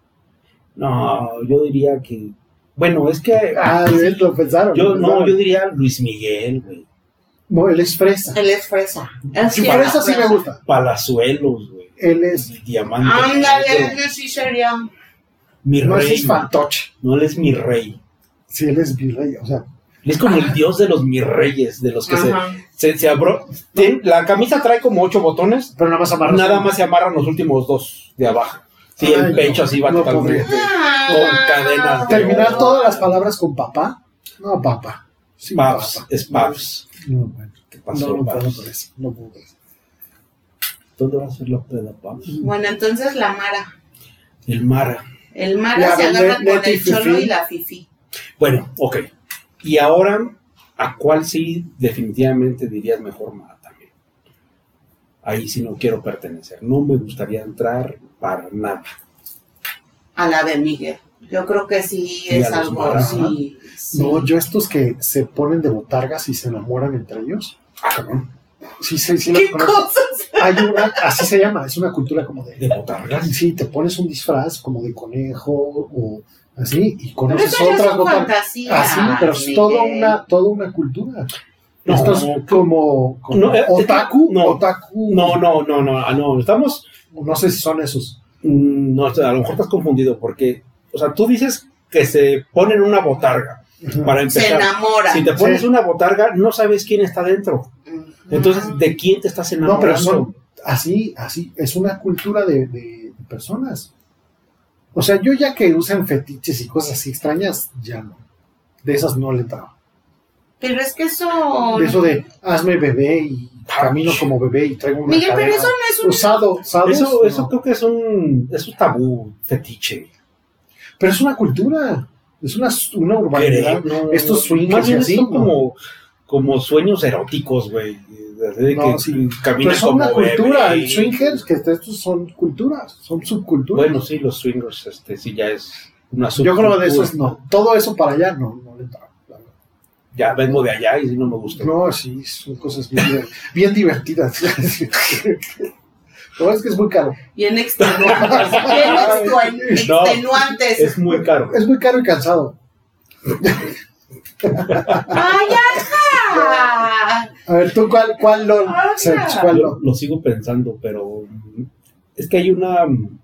Speaker 1: No, yo diría que. Bueno, es que.
Speaker 4: Ah, bien, lo pensaron.
Speaker 1: yo
Speaker 4: lo
Speaker 1: no,
Speaker 4: pensaron.
Speaker 1: yo diría Luis Miguel, güey.
Speaker 4: No, él es fresa.
Speaker 2: Él es fresa. Él
Speaker 4: Si
Speaker 2: sí
Speaker 4: por
Speaker 2: era
Speaker 4: eso sí me
Speaker 2: fresa.
Speaker 4: gusta.
Speaker 1: Palazuelos, güey.
Speaker 4: Él es.
Speaker 1: El diamante.
Speaker 2: Ándale,
Speaker 1: negro.
Speaker 2: él sí sería.
Speaker 1: Mi
Speaker 4: No
Speaker 1: rey.
Speaker 4: es fantoche.
Speaker 1: No, él es mi rey.
Speaker 4: Sí, él es virrey. O sea,
Speaker 1: Él es como el dios de los mis reyes, de los que se,
Speaker 2: Ajá.
Speaker 1: se, se abro. tiene- La camisa trae como ocho botones,
Speaker 4: pero nada más amarra.
Speaker 1: nada más se amarran los últimos dos de abajo. Sí,
Speaker 4: Ay,
Speaker 1: el pecho
Speaker 4: no,
Speaker 1: así va
Speaker 4: no
Speaker 1: totalmente.
Speaker 2: Ah.
Speaker 1: Con cadenas de
Speaker 4: Terminar
Speaker 1: oro.
Speaker 4: todas las palabras con papá. No, papá. Sí,
Speaker 1: Paps,
Speaker 4: papá.
Speaker 1: es Paps.
Speaker 4: No, bueno.
Speaker 1: ¿Qué pasó,
Speaker 4: No, no puedo
Speaker 1: Paps?
Speaker 4: por eso. No puedo por eso.
Speaker 1: ¿Dónde va a ser la peda, Paps?
Speaker 2: Bueno, entonces la Mara.
Speaker 1: El Mara.
Speaker 2: El Mara
Speaker 4: Ya,
Speaker 2: se
Speaker 4: de-
Speaker 2: agarra
Speaker 4: de-
Speaker 2: con
Speaker 4: Leti
Speaker 2: el cholo
Speaker 4: Fifi.
Speaker 2: y la fifi.
Speaker 1: Bueno, ok. Y ahora, ¿a cuál sí definitivamente dirías mejor Mara también? Ahí sí no quiero pertenecer. No me gustaría entrar para nada.
Speaker 2: A la de Miguel. Yo creo que sí
Speaker 1: Y
Speaker 2: es
Speaker 1: a los
Speaker 2: algo
Speaker 1: Mara.
Speaker 2: así. Sí.
Speaker 4: No, yo estos que se ponen de botargas y se enamoran entre ellos.
Speaker 1: Ah, cabrón.
Speaker 4: Sí, sí, sí. los
Speaker 2: ¿Qué
Speaker 4: conozco.
Speaker 2: cosas?
Speaker 4: hay una, así se llama, es una cultura como de...
Speaker 1: ¿De botargas?
Speaker 4: Sí, te pones un disfraz como de conejo o así y
Speaker 2: Pero
Speaker 4: conoces
Speaker 2: eso ya
Speaker 4: otras
Speaker 2: son
Speaker 4: botargas.
Speaker 2: fantasías.
Speaker 4: Así, pero es
Speaker 2: Miguel.
Speaker 4: toda una, toda una cultura.
Speaker 1: No,
Speaker 4: Esto es como, como
Speaker 1: no, eh,
Speaker 4: otaku,
Speaker 1: no.
Speaker 4: otaku.
Speaker 1: No, no, no, no, ah, no, estamos...
Speaker 4: No sé si son esos.
Speaker 1: mm, No, a lo mejor estás confundido porque, o sea, tú dices que se ponen una botarga para
Speaker 2: Se
Speaker 1: empezar.
Speaker 2: enamora.
Speaker 1: Si te pones
Speaker 4: Sí.
Speaker 1: una botarga, no sabes quién está dentro. Entonces, ¿de quién te estás
Speaker 4: No,
Speaker 1: enamorando?
Speaker 4: pero son así, así, es una cultura de, de, de personas. O sea, yo ya que usan fetiches y cosas así extrañas, ya no. De esas no le entraba.
Speaker 2: Pero es que eso...
Speaker 4: De eso de hazme bebé y camino como bebé y traigo una
Speaker 2: Miguel, pero
Speaker 4: cadena.
Speaker 2: eso no es un...
Speaker 4: Usado, ¿sabes?
Speaker 1: Eso,
Speaker 4: No.
Speaker 1: eso creo que es un, es un tabú, fetiche.
Speaker 4: Pero es una cultura, es una, una urbanidad.
Speaker 1: No,
Speaker 4: Estos swingers
Speaker 1: más bien
Speaker 4: y así,
Speaker 1: son
Speaker 4: ¿no?
Speaker 1: como, como sueños eróticos, güey. De
Speaker 4: No,
Speaker 1: que
Speaker 4: sí.
Speaker 1: caminan
Speaker 4: Pero son
Speaker 1: como
Speaker 4: una cultura,
Speaker 1: bebé
Speaker 4: el
Speaker 1: y-
Speaker 4: swingers, que estos son culturas, son subculturas.
Speaker 1: Bueno, sí, los swingers, este, sí, ya es una
Speaker 4: yo creo
Speaker 1: subcultura.
Speaker 4: de eso es no. Todo eso para allá no, no le entraba. la verdad.
Speaker 1: Ya vengo de allá y sí no me gusta.
Speaker 4: No, sí, son cosas bien, bien divertidas. Lo es que es muy caro.
Speaker 2: Bien extenuantes. Bien extenu-
Speaker 1: No.
Speaker 2: extenuantes.
Speaker 1: Es muy caro.
Speaker 4: Es muy caro y cansado.
Speaker 2: ¡Ay, ajá!
Speaker 4: A ver, ¿tú cuál, cuál LOL?
Speaker 2: Ajá.
Speaker 4: Serge, ¿cuál
Speaker 1: Lo,
Speaker 4: LOL?
Speaker 1: lo sigo pensando, pero mm, es que hay una... mm,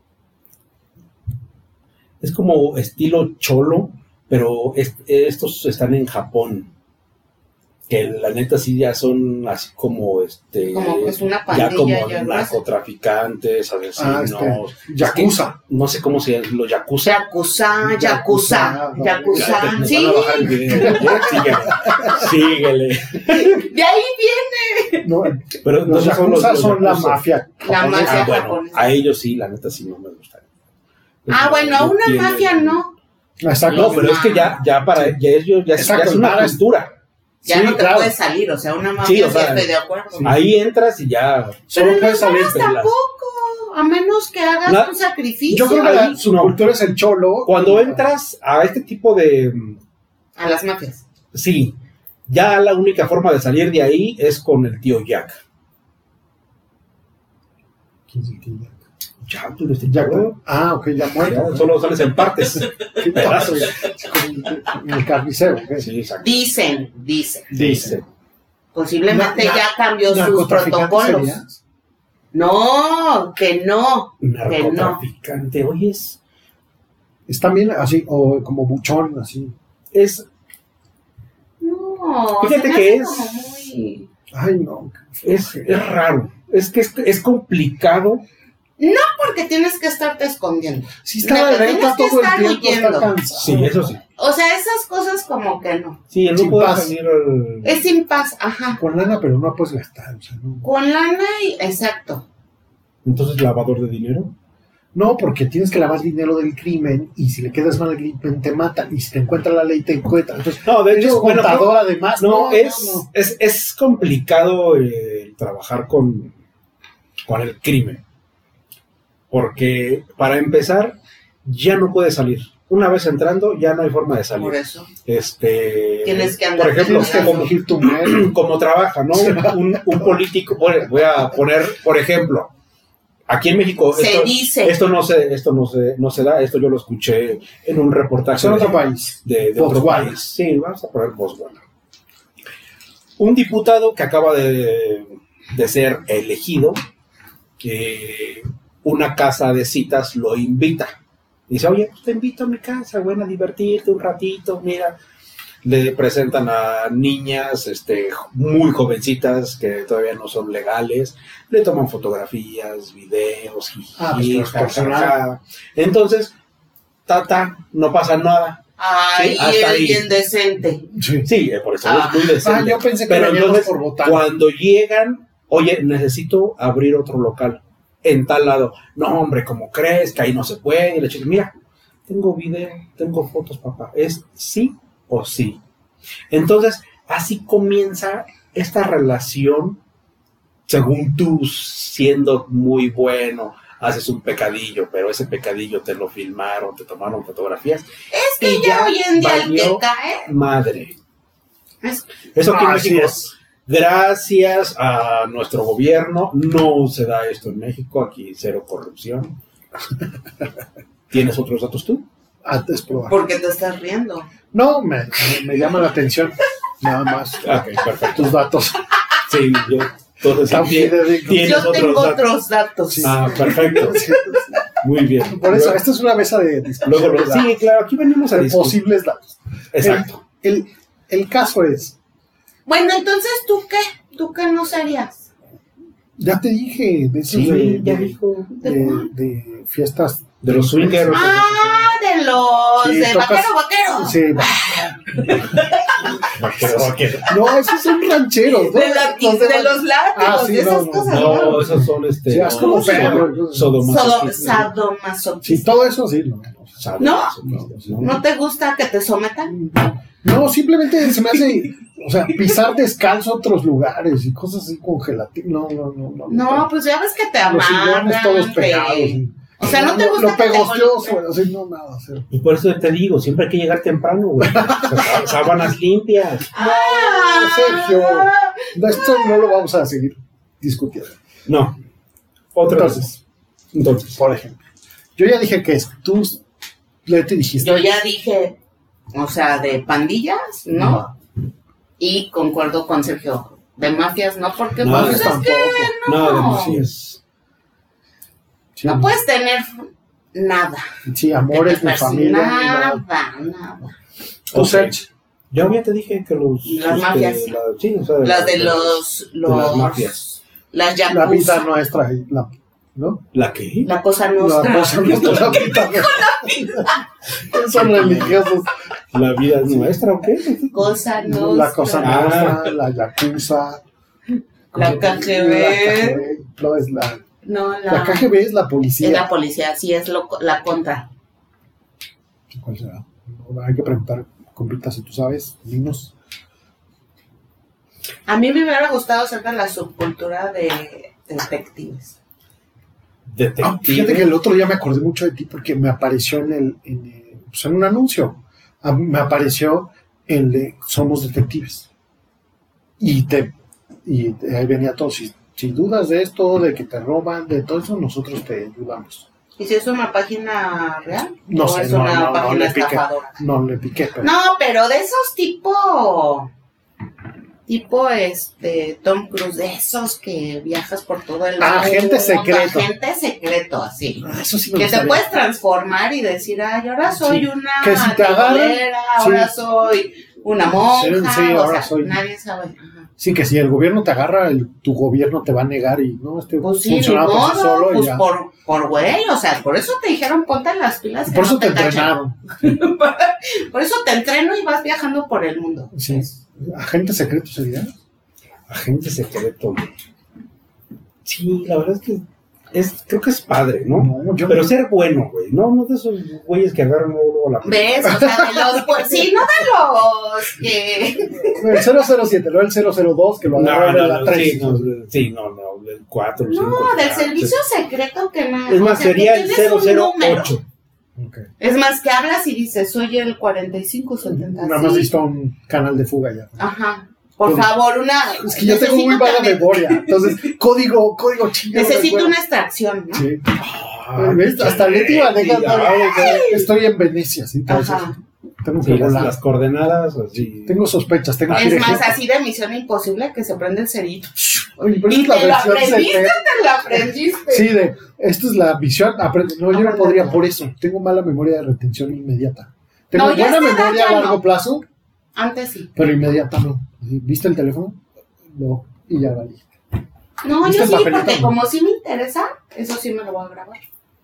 Speaker 1: Es como estilo cholo, pero es- estos están en Japón. Que la neta sí ya son así como este...
Speaker 2: Como pues una
Speaker 1: ya
Speaker 2: pandilla.
Speaker 1: como
Speaker 2: ya no sé.
Speaker 1: narcotraficantes,
Speaker 4: Ah,
Speaker 1: asesinos.
Speaker 4: este, Yakuza.
Speaker 1: No sé cómo se llama, los yakuza.
Speaker 2: Yakuza,
Speaker 4: Yakuza,
Speaker 2: Yakuza,
Speaker 4: no,
Speaker 2: Yakuza.
Speaker 1: Ya, nos
Speaker 2: Sí,
Speaker 1: van a bajar el video. Síguele. Síguele.
Speaker 2: de ahí viene
Speaker 4: No,
Speaker 1: Pero
Speaker 4: los
Speaker 1: entonces son los-
Speaker 4: Yakuza
Speaker 1: los
Speaker 4: son la
Speaker 1: yakuza.
Speaker 4: mafia.
Speaker 2: la
Speaker 4: japonesa.
Speaker 2: mafia
Speaker 1: Ah, bueno,
Speaker 2: japonesa.
Speaker 1: a ellos sí, la neta sí no me gusta.
Speaker 2: Ah, bueno, a
Speaker 1: No
Speaker 2: una
Speaker 1: tienen-
Speaker 2: mafia no.
Speaker 4: Exacto.
Speaker 1: No, pero es que ya, ya para ya ellos ya, es- ya
Speaker 4: Exacto,
Speaker 1: es una
Speaker 4: para-
Speaker 1: cultura.
Speaker 2: Ya
Speaker 4: Sí,
Speaker 2: no te
Speaker 4: claro.
Speaker 2: puedes salir, o sea, una mafia
Speaker 1: Sí, o
Speaker 2: sí,
Speaker 1: sea,
Speaker 2: estoy de acuerdo.
Speaker 4: sí.
Speaker 1: Ahí entras y ya.
Speaker 4: Solo
Speaker 2: Pero en
Speaker 4: puedes
Speaker 2: las
Speaker 4: salir
Speaker 2: maras
Speaker 1: de las-
Speaker 2: tampoco, a menos que hagas
Speaker 1: Na-
Speaker 2: un sacrificio
Speaker 4: Yo creo que
Speaker 1: ahí
Speaker 4: la, su
Speaker 1: no.
Speaker 4: cultura es el cholo.
Speaker 1: Cuando entras a este tipo de
Speaker 2: a las mafias.
Speaker 1: sí, ya la única forma de salir de ahí es con el tío Jack.
Speaker 4: ¿Quién es el tío Jack?
Speaker 1: Jack, tú eres el
Speaker 4: Jack,
Speaker 1: tío.
Speaker 4: ah, ok, ya muerto.
Speaker 1: Ya, solo sales en partes.
Speaker 4: ¿Qué pedazo? En el carnicero. ¿ok?
Speaker 1: Sí, exacto.
Speaker 2: Dicen, dicen.
Speaker 1: Dice.
Speaker 2: Posiblemente
Speaker 4: Na- na-
Speaker 2: ya cambió sus
Speaker 4: ¿Narcotraficante
Speaker 2: protocolos.
Speaker 4: serías?
Speaker 2: No, que no.
Speaker 1: Narcotraficante, oye, es,
Speaker 4: Es también así, o como buchón, así.
Speaker 1: es,
Speaker 2: No.
Speaker 1: Fíjate
Speaker 2: se me
Speaker 1: que
Speaker 2: hace
Speaker 1: es-
Speaker 2: como muy-
Speaker 4: Ay, no.
Speaker 1: es, es raro. Es que es, es complicado.
Speaker 2: Porque tienes que estarte escondiendo.
Speaker 4: Si está de
Speaker 2: Neta,
Speaker 4: renta
Speaker 2: tienes que
Speaker 4: todo el
Speaker 2: estar
Speaker 4: tiempo, está
Speaker 2: huyendo.
Speaker 4: cansado.
Speaker 1: Sí, eso sí.
Speaker 2: O sea, esas cosas como que no.
Speaker 1: Sí, el
Speaker 4: Sin
Speaker 1: no puede
Speaker 4: paz.
Speaker 1: salir al-
Speaker 2: Es sin paz, ajá.
Speaker 4: Con lana, pero no puedes gastar. O sea, no.
Speaker 2: Con lana y... Exacto.
Speaker 1: Entonces, lavador de dinero.
Speaker 4: No, porque tienes que lavar dinero del crimen y si le quedas mal al crimen te matan y si te encuentra la ley te encuentra. Entonces,
Speaker 1: No, de
Speaker 4: eres
Speaker 1: hecho, bueno,
Speaker 4: contador además.
Speaker 1: no,
Speaker 4: No,
Speaker 1: es,
Speaker 4: no, no.
Speaker 1: Es, es complicado eh, trabajar con, con el crimen. Porque, para empezar, ya no puedes salir. Una vez entrando, ya no hay forma de salir.
Speaker 2: Por eso.
Speaker 1: Este,
Speaker 2: Tienes que andar
Speaker 1: por ejemplo,
Speaker 4: Tienes que
Speaker 1: como,
Speaker 4: fingir tu muerte.
Speaker 1: como trabaja, ¿no? Un, un político, por- voy a poner, por ejemplo, aquí en México,
Speaker 2: Se
Speaker 1: esto,
Speaker 2: dice.
Speaker 1: esto no se, esto no se, no se da, esto yo lo escuché en un reportaje
Speaker 4: Es en
Speaker 1: de-
Speaker 4: otro país.
Speaker 1: de, de otro
Speaker 4: Botswana.
Speaker 1: país. Sí, vamos a poner Botswana. Un diputado que acaba de, de ser elegido, que una casa de citas lo invita. Dice, oye, pues te invito a mi casa, bueno, a divertirte un ratito, mira. Le presentan a niñas este, muy jovencitas que todavía no son legales, le toman fotografías, videos, jiji,
Speaker 4: Ah, pues, pero es personal.
Speaker 1: jajaja. Entonces, ta, no pasa nada.
Speaker 2: Ay,
Speaker 1: Sí, hasta
Speaker 2: y él
Speaker 1: ahí.
Speaker 2: bien decente.
Speaker 4: Sí.
Speaker 1: Sí, eh, por eso
Speaker 2: Ah.
Speaker 1: es muy decente.
Speaker 4: Ah, yo pensé que
Speaker 1: Pero
Speaker 4: veníamos
Speaker 1: entonces,
Speaker 4: por votar.
Speaker 1: cuando llegan, oye, necesito abrir otro local en tal lado. No, hombre, ¿cómo crees? Que ahí no se puede. Y le dije, mira, tengo video, tengo fotos, papá. Es sí o sí. Entonces, así comienza esta relación, según tú siendo muy bueno, haces un pecadillo, pero ese pecadillo te lo filmaron, te tomaron fotografías.
Speaker 2: Es que
Speaker 1: Y
Speaker 2: ya
Speaker 1: ya
Speaker 2: hoy en día el que
Speaker 1: valió
Speaker 2: cae
Speaker 1: Madre.
Speaker 2: es
Speaker 1: Eso aquí en
Speaker 4: Así
Speaker 1: México
Speaker 4: es.
Speaker 1: Gracias a nuestro gobierno no se da esto en México, aquí cero corrupción. ¿Tienes otros datos tú?
Speaker 4: Antes probar.
Speaker 2: ¿Por qué te estás riendo?
Speaker 4: No, me, me, me llama la atención. Nada más.
Speaker 1: Ok, perfecto.
Speaker 4: Tus datos.
Speaker 1: Sí, yo. Entonces,
Speaker 4: También
Speaker 1: ¿tienes, ¿tienes
Speaker 2: Yo
Speaker 1: otros
Speaker 2: tengo
Speaker 1: datos?
Speaker 2: otros datos.
Speaker 1: Sí. Ah, perfecto. Muy bien.
Speaker 4: Por eso,
Speaker 1: Luego-
Speaker 4: esta es una mesa de discusión.
Speaker 1: luego, luego-
Speaker 4: de,
Speaker 1: sí, claro, aquí venimos a
Speaker 4: de
Speaker 1: discutir.
Speaker 4: posibles datos.
Speaker 1: Exacto.
Speaker 4: El, el, el caso es,
Speaker 2: Bueno, entonces, ¿tú qué? ¿Tú qué no serías?
Speaker 4: ya te dije, de, esos
Speaker 1: Sí,
Speaker 4: de,
Speaker 1: ya
Speaker 4: de,
Speaker 1: dijo.
Speaker 4: de, de fiestas.
Speaker 1: De los swingers.
Speaker 2: Ah, de los
Speaker 4: Sí,
Speaker 2: de
Speaker 4: tocas-
Speaker 2: vaquero, vaquero.
Speaker 4: Sí,
Speaker 1: Vaquero, vaquero.
Speaker 4: no, esos son rancheros. ¿no?
Speaker 2: De, la-
Speaker 4: Los
Speaker 2: de los látigos,
Speaker 4: Ah, sí,
Speaker 2: de esas
Speaker 4: no, no,
Speaker 2: cosas.
Speaker 1: No, esos son este.
Speaker 4: Sí, es como
Speaker 1: no,
Speaker 4: perro.
Speaker 2: Sodo,
Speaker 1: Sodomasoquismo.
Speaker 2: sadomasoquismo.
Speaker 4: Sí, todo eso sí. No,
Speaker 1: Sadomasoquismo,
Speaker 2: ¿No te gusta que te sometan?
Speaker 4: no, simplemente se me hace, o sea, pisar descalzo a otros lugares y cosas así con gelatina. No, no, no. No,
Speaker 2: No, pues ya ves que te
Speaker 4: los sillones
Speaker 2: amarran.
Speaker 4: todos
Speaker 2: te-
Speaker 4: pegados. y-
Speaker 2: O sea, ¿no te
Speaker 4: lo-
Speaker 2: gusta
Speaker 4: Lo
Speaker 2: que te
Speaker 4: pegosteoso,
Speaker 2: golpeen?
Speaker 4: así, no, nada. Cero.
Speaker 1: Y por eso te digo, siempre hay que llegar temprano, güey. Sá- Sábanas limpias.
Speaker 2: Ah,
Speaker 4: Sergio. No, esto no lo vamos a seguir discutiendo.
Speaker 1: No. Otra vez.
Speaker 4: Entonces,
Speaker 1: Entonces.
Speaker 4: por ejemplo, yo ya dije que es, tú le te dijiste.
Speaker 2: Yo ya dije, o sea, de pandillas, ¿no? Y concuerdo con Sergio, de mafias, ¿no? Porque
Speaker 1: No,
Speaker 2: pues, es
Speaker 4: tampoco.
Speaker 2: que
Speaker 1: No,
Speaker 2: no,
Speaker 1: de
Speaker 2: no,
Speaker 1: mafias.
Speaker 4: Sí,
Speaker 2: puedes tener nada.
Speaker 4: sí, amores de
Speaker 2: Pues,
Speaker 4: familia.
Speaker 2: Nada,
Speaker 4: nada.
Speaker 2: nada.
Speaker 4: O
Speaker 1: Ok.
Speaker 4: sea,
Speaker 1: Yo ya te dije que los.
Speaker 2: Las mafias.
Speaker 1: la- sí, o sea,
Speaker 2: Las de
Speaker 1: las-
Speaker 2: los,
Speaker 1: de las
Speaker 2: los,
Speaker 1: mafias.
Speaker 2: las
Speaker 4: la
Speaker 2: yakuza,
Speaker 4: vida nuestra, y la, ¿no?
Speaker 1: ¿La qué?
Speaker 2: la cosa
Speaker 4: La
Speaker 2: nostra.
Speaker 4: cosa nuestra, la vida nuestra. Son religiosos.
Speaker 1: ¿La vida es nuestra o qué?
Speaker 2: Cosa nostra.
Speaker 4: La cosa
Speaker 1: Ah.
Speaker 4: nuestra, la yakuza.
Speaker 2: La K G B.
Speaker 4: La K G B, no, es la,
Speaker 2: No, la,
Speaker 4: la K G B es la policía.
Speaker 2: es la policía, sí, es lo, la contra.
Speaker 4: ¿Cuál será? No, hay que preguntar, compita, si tú sabes, dinos.
Speaker 2: A mí me hubiera gustado ser de la subcultura de detectives.
Speaker 1: Detective.
Speaker 4: Ah, fíjate que el otro día me acordé mucho de ti porque me apareció en el, en, el- pues en un anuncio. A mí me apareció el de Somos Detectives. Y te y te- ahí venía todo. Si, si dudas de esto, de que te roban, de todo eso, nosotros te ayudamos.
Speaker 2: ¿Y si es una página real?
Speaker 4: No
Speaker 2: ¿O
Speaker 4: sé,
Speaker 2: es
Speaker 4: no,
Speaker 2: una
Speaker 4: no, no
Speaker 2: página
Speaker 4: le piqué.
Speaker 2: estafadora?
Speaker 4: No le piqué, pero
Speaker 2: No, pero de esos tipo... Tipo, este, Tom Cruise, de esos que viajas por todo el mundo.
Speaker 4: Agente secreto.
Speaker 2: Agente secreto, así.
Speaker 4: ah, eso sí me
Speaker 2: Que te
Speaker 4: gustaría.
Speaker 2: puedes transformar y decir, ay, ahora soy
Speaker 4: Sí.
Speaker 2: una
Speaker 4: Que si te agarran,
Speaker 2: tebolera, ahora
Speaker 4: sí.
Speaker 2: soy una monja,
Speaker 4: Sí, sí,
Speaker 2: o
Speaker 4: ahora
Speaker 2: sea,
Speaker 4: soy-
Speaker 2: nadie sabe. Ajá.
Speaker 4: Sí, que si el gobierno te agarra, el- tu gobierno te va a negar y no, este
Speaker 2: Pues sí, ni
Speaker 4: funcionaba por sí
Speaker 2: modo,
Speaker 4: solo y
Speaker 2: pues
Speaker 4: ya.
Speaker 2: por, por güey, o sea, por eso te dijeron ponte las pilas.
Speaker 4: Y
Speaker 2: que
Speaker 4: por
Speaker 2: no
Speaker 4: eso te
Speaker 2: cachen.
Speaker 4: entrenaron.
Speaker 2: Por eso te entreno y vas viajando por el mundo.
Speaker 4: Sí. Agente secreto sería.
Speaker 1: Agente secreto, güey. Sí, la verdad es que es, creo que es padre, ¿no?
Speaker 4: No, yo
Speaker 1: Pero ser bueno, güey. No, no de esos güeyes que agarran luego la.
Speaker 2: ¿Ves? O sea, de los, pues, sí, no de los que...
Speaker 4: El cero cero siete, no el cero cero dos que lo
Speaker 1: No,
Speaker 4: agarraron en
Speaker 1: no,
Speaker 4: la
Speaker 1: no,
Speaker 4: tres.
Speaker 1: sí, no, sí, no, no, el cuatro, el cinco.
Speaker 2: No, del
Speaker 1: ah,
Speaker 2: servicio secreto que nada.
Speaker 1: Es más,
Speaker 2: o sea, que
Speaker 1: sería el
Speaker 2: tienes
Speaker 1: cero
Speaker 2: un
Speaker 1: cero
Speaker 2: número.
Speaker 1: ocho.
Speaker 4: Ok.
Speaker 2: Es más, que hablas y dices, soy el cuarenta y cinco setenta.
Speaker 4: Nada más
Speaker 2: sí.
Speaker 4: visto un canal de fuga ya.
Speaker 2: Ajá. Por
Speaker 4: Pues,
Speaker 2: favor, una...
Speaker 4: Es que yo tengo muy
Speaker 2: necesito
Speaker 4: mala
Speaker 2: que me-
Speaker 4: memoria. Entonces, código, código chingado.
Speaker 2: Necesito
Speaker 4: recuerdo.
Speaker 2: una extracción, ¿no?
Speaker 4: Sí.
Speaker 1: Ah,
Speaker 4: ¿Ves? Hasta Leti va a dejar.
Speaker 1: Ay,
Speaker 4: Estoy en Venecia, sí. Entonces,
Speaker 2: Ajá.
Speaker 4: tengo
Speaker 1: sí,
Speaker 4: que
Speaker 1: las,
Speaker 4: volar.
Speaker 1: las coordenadas, así.
Speaker 4: Tengo sospechas, tengo que
Speaker 2: Es
Speaker 4: ir
Speaker 2: más,
Speaker 4: ejemplo.
Speaker 2: así de Misión Imposible que se prende el cerito.
Speaker 4: Oye, pero
Speaker 2: Y
Speaker 4: es la
Speaker 2: te lo
Speaker 4: versión
Speaker 2: aprendiste,
Speaker 4: secreta.
Speaker 2: te lo aprendiste.
Speaker 4: Sí, de, esta es la visión, aprende. No, yo no
Speaker 2: Aprende.
Speaker 4: podría por eso. Tengo mala memoria de retención inmediata. Tengo
Speaker 2: No, yo
Speaker 4: buena
Speaker 2: a esta edad
Speaker 4: memoria a
Speaker 2: ya
Speaker 4: largo
Speaker 2: no.
Speaker 4: plazo,
Speaker 2: Antes sí.
Speaker 4: pero inmediata no. ¿Viste el teléfono? No, y ya valí.
Speaker 2: No,
Speaker 4: ¿Viste
Speaker 2: yo
Speaker 4: el
Speaker 2: sí,
Speaker 4: papelito?
Speaker 2: porque como sí me interesa, eso sí me lo voy a grabar.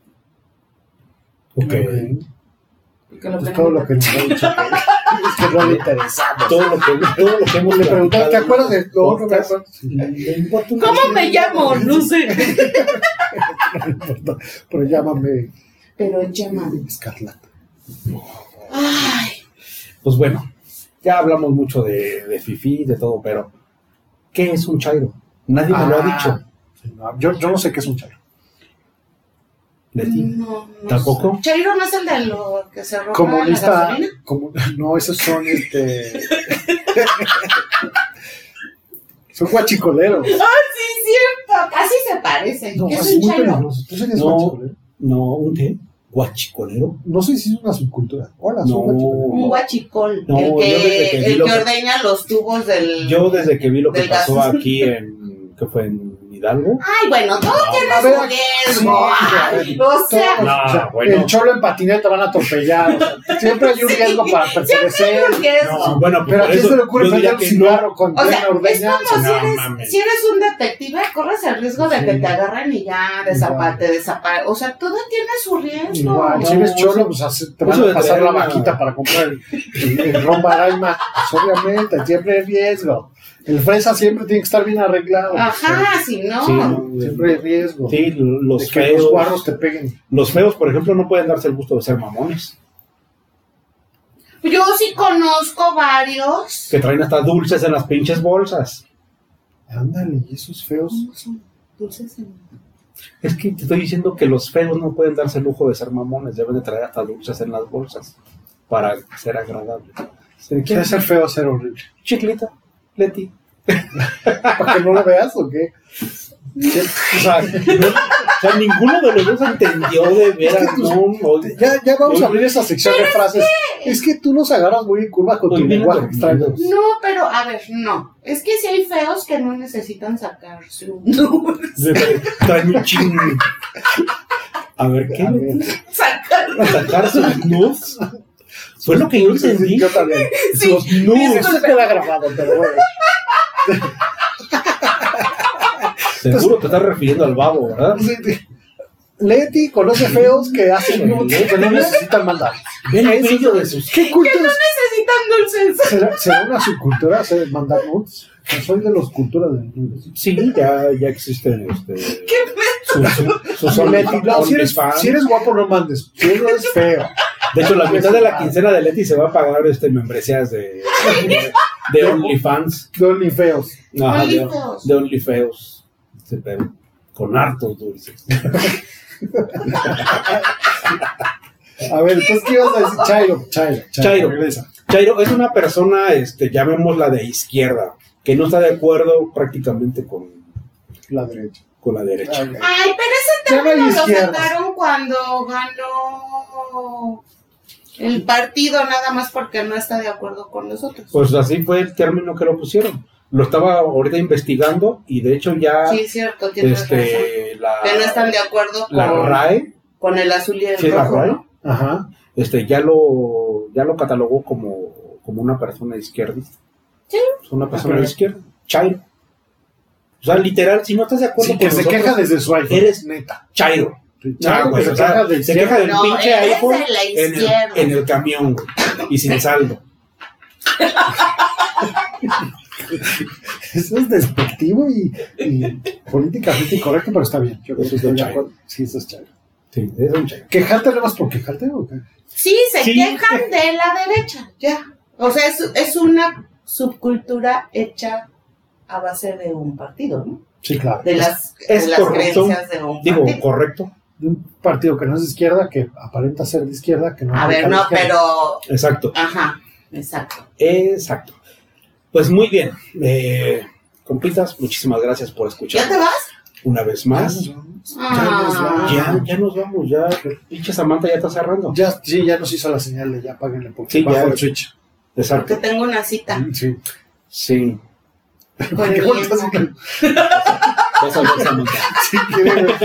Speaker 1: Ok.
Speaker 2: Porque lo
Speaker 4: Pues
Speaker 2: que
Speaker 4: todo
Speaker 2: no
Speaker 4: lo que nos ha dicho que, es que no le interesamos.
Speaker 1: Todo lo que, todo lo que hemos
Speaker 4: Le preguntaste, ¿te acuerdas de todo? No me
Speaker 1: podcast?
Speaker 4: acuerdo.
Speaker 1: Le importa un
Speaker 2: ¿Cómo
Speaker 1: chingo.
Speaker 2: me llamo? No sé.
Speaker 4: No importa, pero llámame
Speaker 2: Pero llámame.
Speaker 4: Escarlata.
Speaker 2: Ay,
Speaker 1: Pues bueno, ya hablamos mucho de, de Fifi, de todo, pero ¿qué es un chairo? Nadie me lo ha
Speaker 4: Ah,
Speaker 1: dicho.
Speaker 4: sí, no, yo, yo no sé qué es un chairo.
Speaker 1: ¿Leti?
Speaker 2: no, no
Speaker 1: ¿Tampoco?
Speaker 2: sé. Chairo no es el de lo que se roba la
Speaker 4: Comunista.
Speaker 2: gasolina.
Speaker 4: Como, no, esos son este. Son guachicoleros.
Speaker 2: ¡Ah, sí, cierto! Casi se parecen.
Speaker 4: No,
Speaker 2: ¿Qué es
Speaker 4: es
Speaker 2: un
Speaker 4: muy
Speaker 2: chairo?
Speaker 4: peligroso. ¿Tú serías
Speaker 1: No.
Speaker 4: guachicolero?
Speaker 1: No, ¿un qué? ¿Guachicolero?
Speaker 4: No sé si es una subcultura. Hola,
Speaker 1: No.
Speaker 4: soy guachicolero.
Speaker 2: Un guachicol.
Speaker 1: No,
Speaker 2: el
Speaker 1: yo
Speaker 2: que,
Speaker 1: desde que vi
Speaker 2: el
Speaker 1: lo
Speaker 2: que
Speaker 1: que-
Speaker 2: ordeña los tubos del...
Speaker 1: Yo desde que vi lo que
Speaker 2: Del
Speaker 1: pasó
Speaker 2: gas.
Speaker 1: aquí en... ¿Qué fue? ¿En Hidalgo?
Speaker 2: Ay, bueno, todo tiene
Speaker 4: a ver,
Speaker 2: su riesgo.
Speaker 4: sí,
Speaker 2: Ay, o sea,
Speaker 1: No,
Speaker 4: O sea,
Speaker 1: bueno.
Speaker 4: El cholo en patineta van a atropellar. O sea, siempre hay un
Speaker 2: Sí,
Speaker 4: riesgo para pertenecer.
Speaker 2: un riesgo.
Speaker 1: No, bueno, pues
Speaker 4: Pero
Speaker 1: por
Speaker 4: ¿a quién
Speaker 1: eso
Speaker 4: se le ocurre
Speaker 1: yo diría
Speaker 4: prender un
Speaker 1: que no.
Speaker 4: cigarro con
Speaker 2: O sea,
Speaker 4: plena
Speaker 2: es
Speaker 4: ordeña?
Speaker 2: como si
Speaker 1: No,
Speaker 2: eres,
Speaker 1: mames.
Speaker 2: si eres un detective, corres el riesgo de que
Speaker 4: Sí.
Speaker 2: te agarren y ya desapa- te desaparecen. O sea, todo tiene su riesgo.
Speaker 4: Igual,
Speaker 1: No,
Speaker 4: si eres
Speaker 1: eso-
Speaker 4: cholo, pues hace- te van
Speaker 1: eso de
Speaker 4: a pasar
Speaker 1: traer
Speaker 4: la
Speaker 1: una-
Speaker 4: vaquita para comprar el, el, el ron Baraima. Pues obviamente, siempre hay riesgo. El fresa siempre tiene que estar bien arreglado.
Speaker 2: Ajá, si no.
Speaker 1: Sí, no,
Speaker 4: Siempre hay riesgo.
Speaker 1: Sí, los
Speaker 4: de que
Speaker 1: feos.
Speaker 4: los guarros te peguen.
Speaker 1: Los feos, por ejemplo, no pueden darse el gusto de ser mamones.
Speaker 2: Yo sí conozco varios.
Speaker 1: Que traen hasta dulces en las pinches bolsas.
Speaker 4: Ándale, y esos feos.
Speaker 2: ¿Cómo son? Dulces en-
Speaker 1: Es que te estoy diciendo que los feos no pueden darse el lujo de ser mamones. Deben de traer hasta dulces en las bolsas para ser agradables. ¿Se
Speaker 4: ¿Quiere ser feo ser horrible?
Speaker 1: Chiclita, Leti.
Speaker 4: ¿Para que no lo veas o qué?
Speaker 1: ¿Qué? O sea, no- o sea, ninguno de los dos entendió de veras, no, no.
Speaker 4: Ya, ya vamos a abrir esa sección de frases. Es que tú nos agarras muy en curva con tu
Speaker 1: Estoy bien
Speaker 4: lenguaje
Speaker 1: dormido.
Speaker 4: extraño.
Speaker 2: No, pero a ver, no. Es que si hay feos que no necesitan sacar su dulce.
Speaker 1: Traen un ching. A ver, ¿qué?
Speaker 4: A ver.
Speaker 2: Sacar.
Speaker 1: ¿Sacar sus nudes? Fue lo que yo entendí.
Speaker 4: Yo también.
Speaker 2: Sí,
Speaker 1: Sus nudes.
Speaker 4: Eso se queda grabado, pero bueno.
Speaker 1: Seguro te estás refiriendo al babo, ¿verdad?
Speaker 4: Sí, sí. Leti conoce feos que hacen nudes que no necesitan mandar.
Speaker 1: Ven el brillo de sus...
Speaker 4: ¿Qué cultura
Speaker 2: Necesitan dulces.
Speaker 4: será, será una subcultura hacer mandar nudes? Yo soy de los culturas de nudes.
Speaker 1: Sí, ya, ya existen este,
Speaker 2: ¿Qué
Speaker 1: sus, sus, sus
Speaker 4: No, Leti, no, si, eres,
Speaker 1: OnlyFans.
Speaker 4: si eres guapo no mandes. Si eres feo.
Speaker 1: De hecho, la mitad de la quincena de Leti se va a pagar este, membresías de, de, de OnlyFans.
Speaker 4: De only feos.
Speaker 1: Ajá, de,
Speaker 2: OnlyFeos.
Speaker 1: de OnlyFeos. Sí, pero con hartos dulces.
Speaker 4: A ver, entonces, ¿qué ibas a decir? Chairo. Chairo.
Speaker 1: Chairo.
Speaker 4: Regresa.
Speaker 1: Chairo es una persona, este, llamémosla de izquierda, que no está de acuerdo prácticamente con,
Speaker 4: La derecha.
Speaker 1: con la derecha.
Speaker 4: Ah, ok.
Speaker 2: Ay, pero ese
Speaker 4: Ya no hay
Speaker 2: término lo
Speaker 4: izquierdas.
Speaker 2: sacaron cuando ganó el partido, nada más porque no está de acuerdo con nosotros.
Speaker 1: Pues así fue el término que lo pusieron. Lo estaba ahorita investigando y de hecho ya
Speaker 2: Sí, es cierto, tienes razón.
Speaker 1: este, la,
Speaker 2: Que no están de acuerdo
Speaker 1: la
Speaker 2: con,
Speaker 1: RAE,
Speaker 2: con el azul y el
Speaker 1: sí, la
Speaker 2: rojo,
Speaker 1: RAE,
Speaker 2: ¿no?
Speaker 4: Ajá.
Speaker 1: este, ya lo ya lo catalogó como, como una persona izquierdista.
Speaker 2: Sí.
Speaker 1: Es una persona
Speaker 4: Ok.
Speaker 1: de izquierda. Chairo. O sea, literal, si no estás de acuerdo
Speaker 4: Sí,
Speaker 1: con
Speaker 4: que se
Speaker 1: nosotros,
Speaker 4: queja desde su iPhone.
Speaker 1: eres-
Speaker 4: neta.
Speaker 1: Chairo.
Speaker 4: Chairo
Speaker 1: Ah, güey,
Speaker 4: que se
Speaker 1: o sea,
Speaker 4: queja del
Speaker 1: se queja del
Speaker 2: No,
Speaker 1: pinche
Speaker 2: eres
Speaker 1: iPhone
Speaker 2: de la
Speaker 1: en el,
Speaker 2: izquierda.
Speaker 1: en el camión, güey, y sin saldo.
Speaker 4: Eso es despectivo y, y políticamente incorrecto, pero está bien. Yo creo que
Speaker 1: Eso es
Speaker 4: estoy
Speaker 1: de
Speaker 4: de
Speaker 1: Chairo.
Speaker 4: acuerdo. Sí, eso es Chairo.
Speaker 1: Sí, es un chairo.
Speaker 4: ¿Quejarte nada más por quejarte o qué?
Speaker 2: Sí, se
Speaker 1: Sí.
Speaker 2: quejan de la derecha, ya. O sea, es, es una subcultura hecha a base de un partido, ¿no?
Speaker 4: Sí, claro.
Speaker 2: De las,
Speaker 1: es
Speaker 2: de las
Speaker 1: correcto.
Speaker 2: creencias de un
Speaker 1: Digo,
Speaker 2: partido.
Speaker 1: correcto.
Speaker 4: De un partido que no es de izquierda, que aparenta ser de izquierda, que no
Speaker 2: A
Speaker 4: es
Speaker 2: ver,
Speaker 4: de
Speaker 2: no,
Speaker 4: izquierda.
Speaker 2: pero...
Speaker 1: Exacto.
Speaker 2: Ajá, exacto.
Speaker 1: Exacto. Pues muy bien. Eh, compitas, muchísimas gracias por
Speaker 2: ¿Ya
Speaker 1: escuchar
Speaker 2: te vas?
Speaker 1: una vez
Speaker 4: Ya
Speaker 1: más.
Speaker 4: nos vamos.
Speaker 2: Ah.
Speaker 1: Ya, ya nos vamos, ya. Pinche Samantha ya está cerrando.
Speaker 4: Ya, sí, ya nos hizo la señal de ya páguenle porque
Speaker 1: Sí,
Speaker 4: bajo
Speaker 1: ya.
Speaker 4: el switch.
Speaker 2: Porque
Speaker 1: Exacto.
Speaker 2: tengo una cita
Speaker 4: Sí.
Speaker 1: Sí.
Speaker 2: con
Speaker 4: ¿Qué
Speaker 2: mi
Speaker 4: vueltas?
Speaker 2: hijo.
Speaker 1: Vas a ver, Samantha.
Speaker 4: Sí, quiere ver.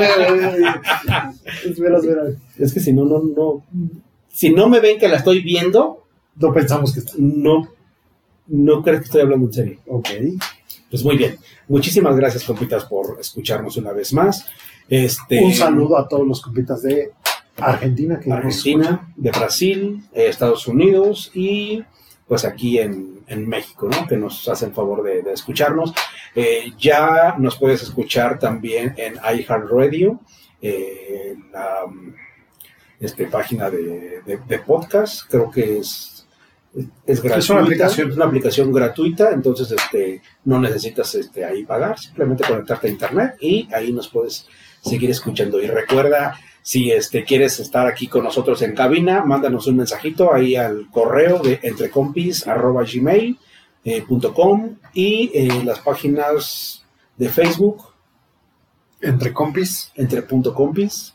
Speaker 4: Espera, espera.
Speaker 1: Es que si no, no, no. Si no me ven que la estoy viendo,
Speaker 4: No pensamos que está.
Speaker 1: no, no crees que estoy hablando en serio.
Speaker 4: Ok.
Speaker 1: Pues muy bien. Muchísimas gracias, compitas, por escucharnos una vez más. Este,
Speaker 4: Un saludo a todos los compitas de Argentina que nos
Speaker 1: Argentina, de Brasil, eh, Estados Unidos y pues aquí en, en México, ¿no? Que nos hacen favor de, de escucharnos. Eh, ya nos puedes escuchar también en iHeartRadio, eh, la este, página de, de, de podcast, creo que es, es gratuita.
Speaker 4: Es una aplicación.
Speaker 1: Es una aplicación gratuita, entonces este, no necesitas este, ahí pagar, simplemente conectarte a internet y ahí nos puedes seguir escuchando. Y recuerda, si este, quieres estar aquí con nosotros en cabina, mándanos un mensajito ahí al correo de entrecompis arroba gmail eh, punto com y eh, las páginas de Facebook,
Speaker 4: Entre compis.
Speaker 1: entre punto compis,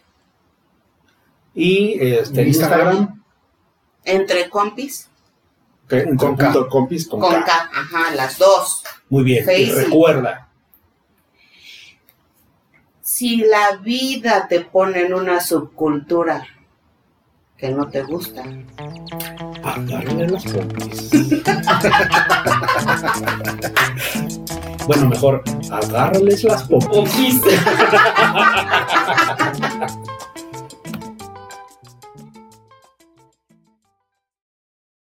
Speaker 1: y este,
Speaker 4: En Instagram.
Speaker 1: Instagram,
Speaker 2: Entre compis,
Speaker 1: que- entre
Speaker 4: Con
Speaker 1: punto
Speaker 4: K.
Speaker 1: compis con,
Speaker 2: con
Speaker 1: K.
Speaker 2: K. Ajá, las dos.
Speaker 1: Muy bien, y
Speaker 2: Facebook.
Speaker 1: recuerda,
Speaker 2: Si la vida te pone en una subcultura que no te gusta,
Speaker 1: agárrale las pompis. Bueno, mejor, agárrales las pompis.
Speaker 2: Pompis.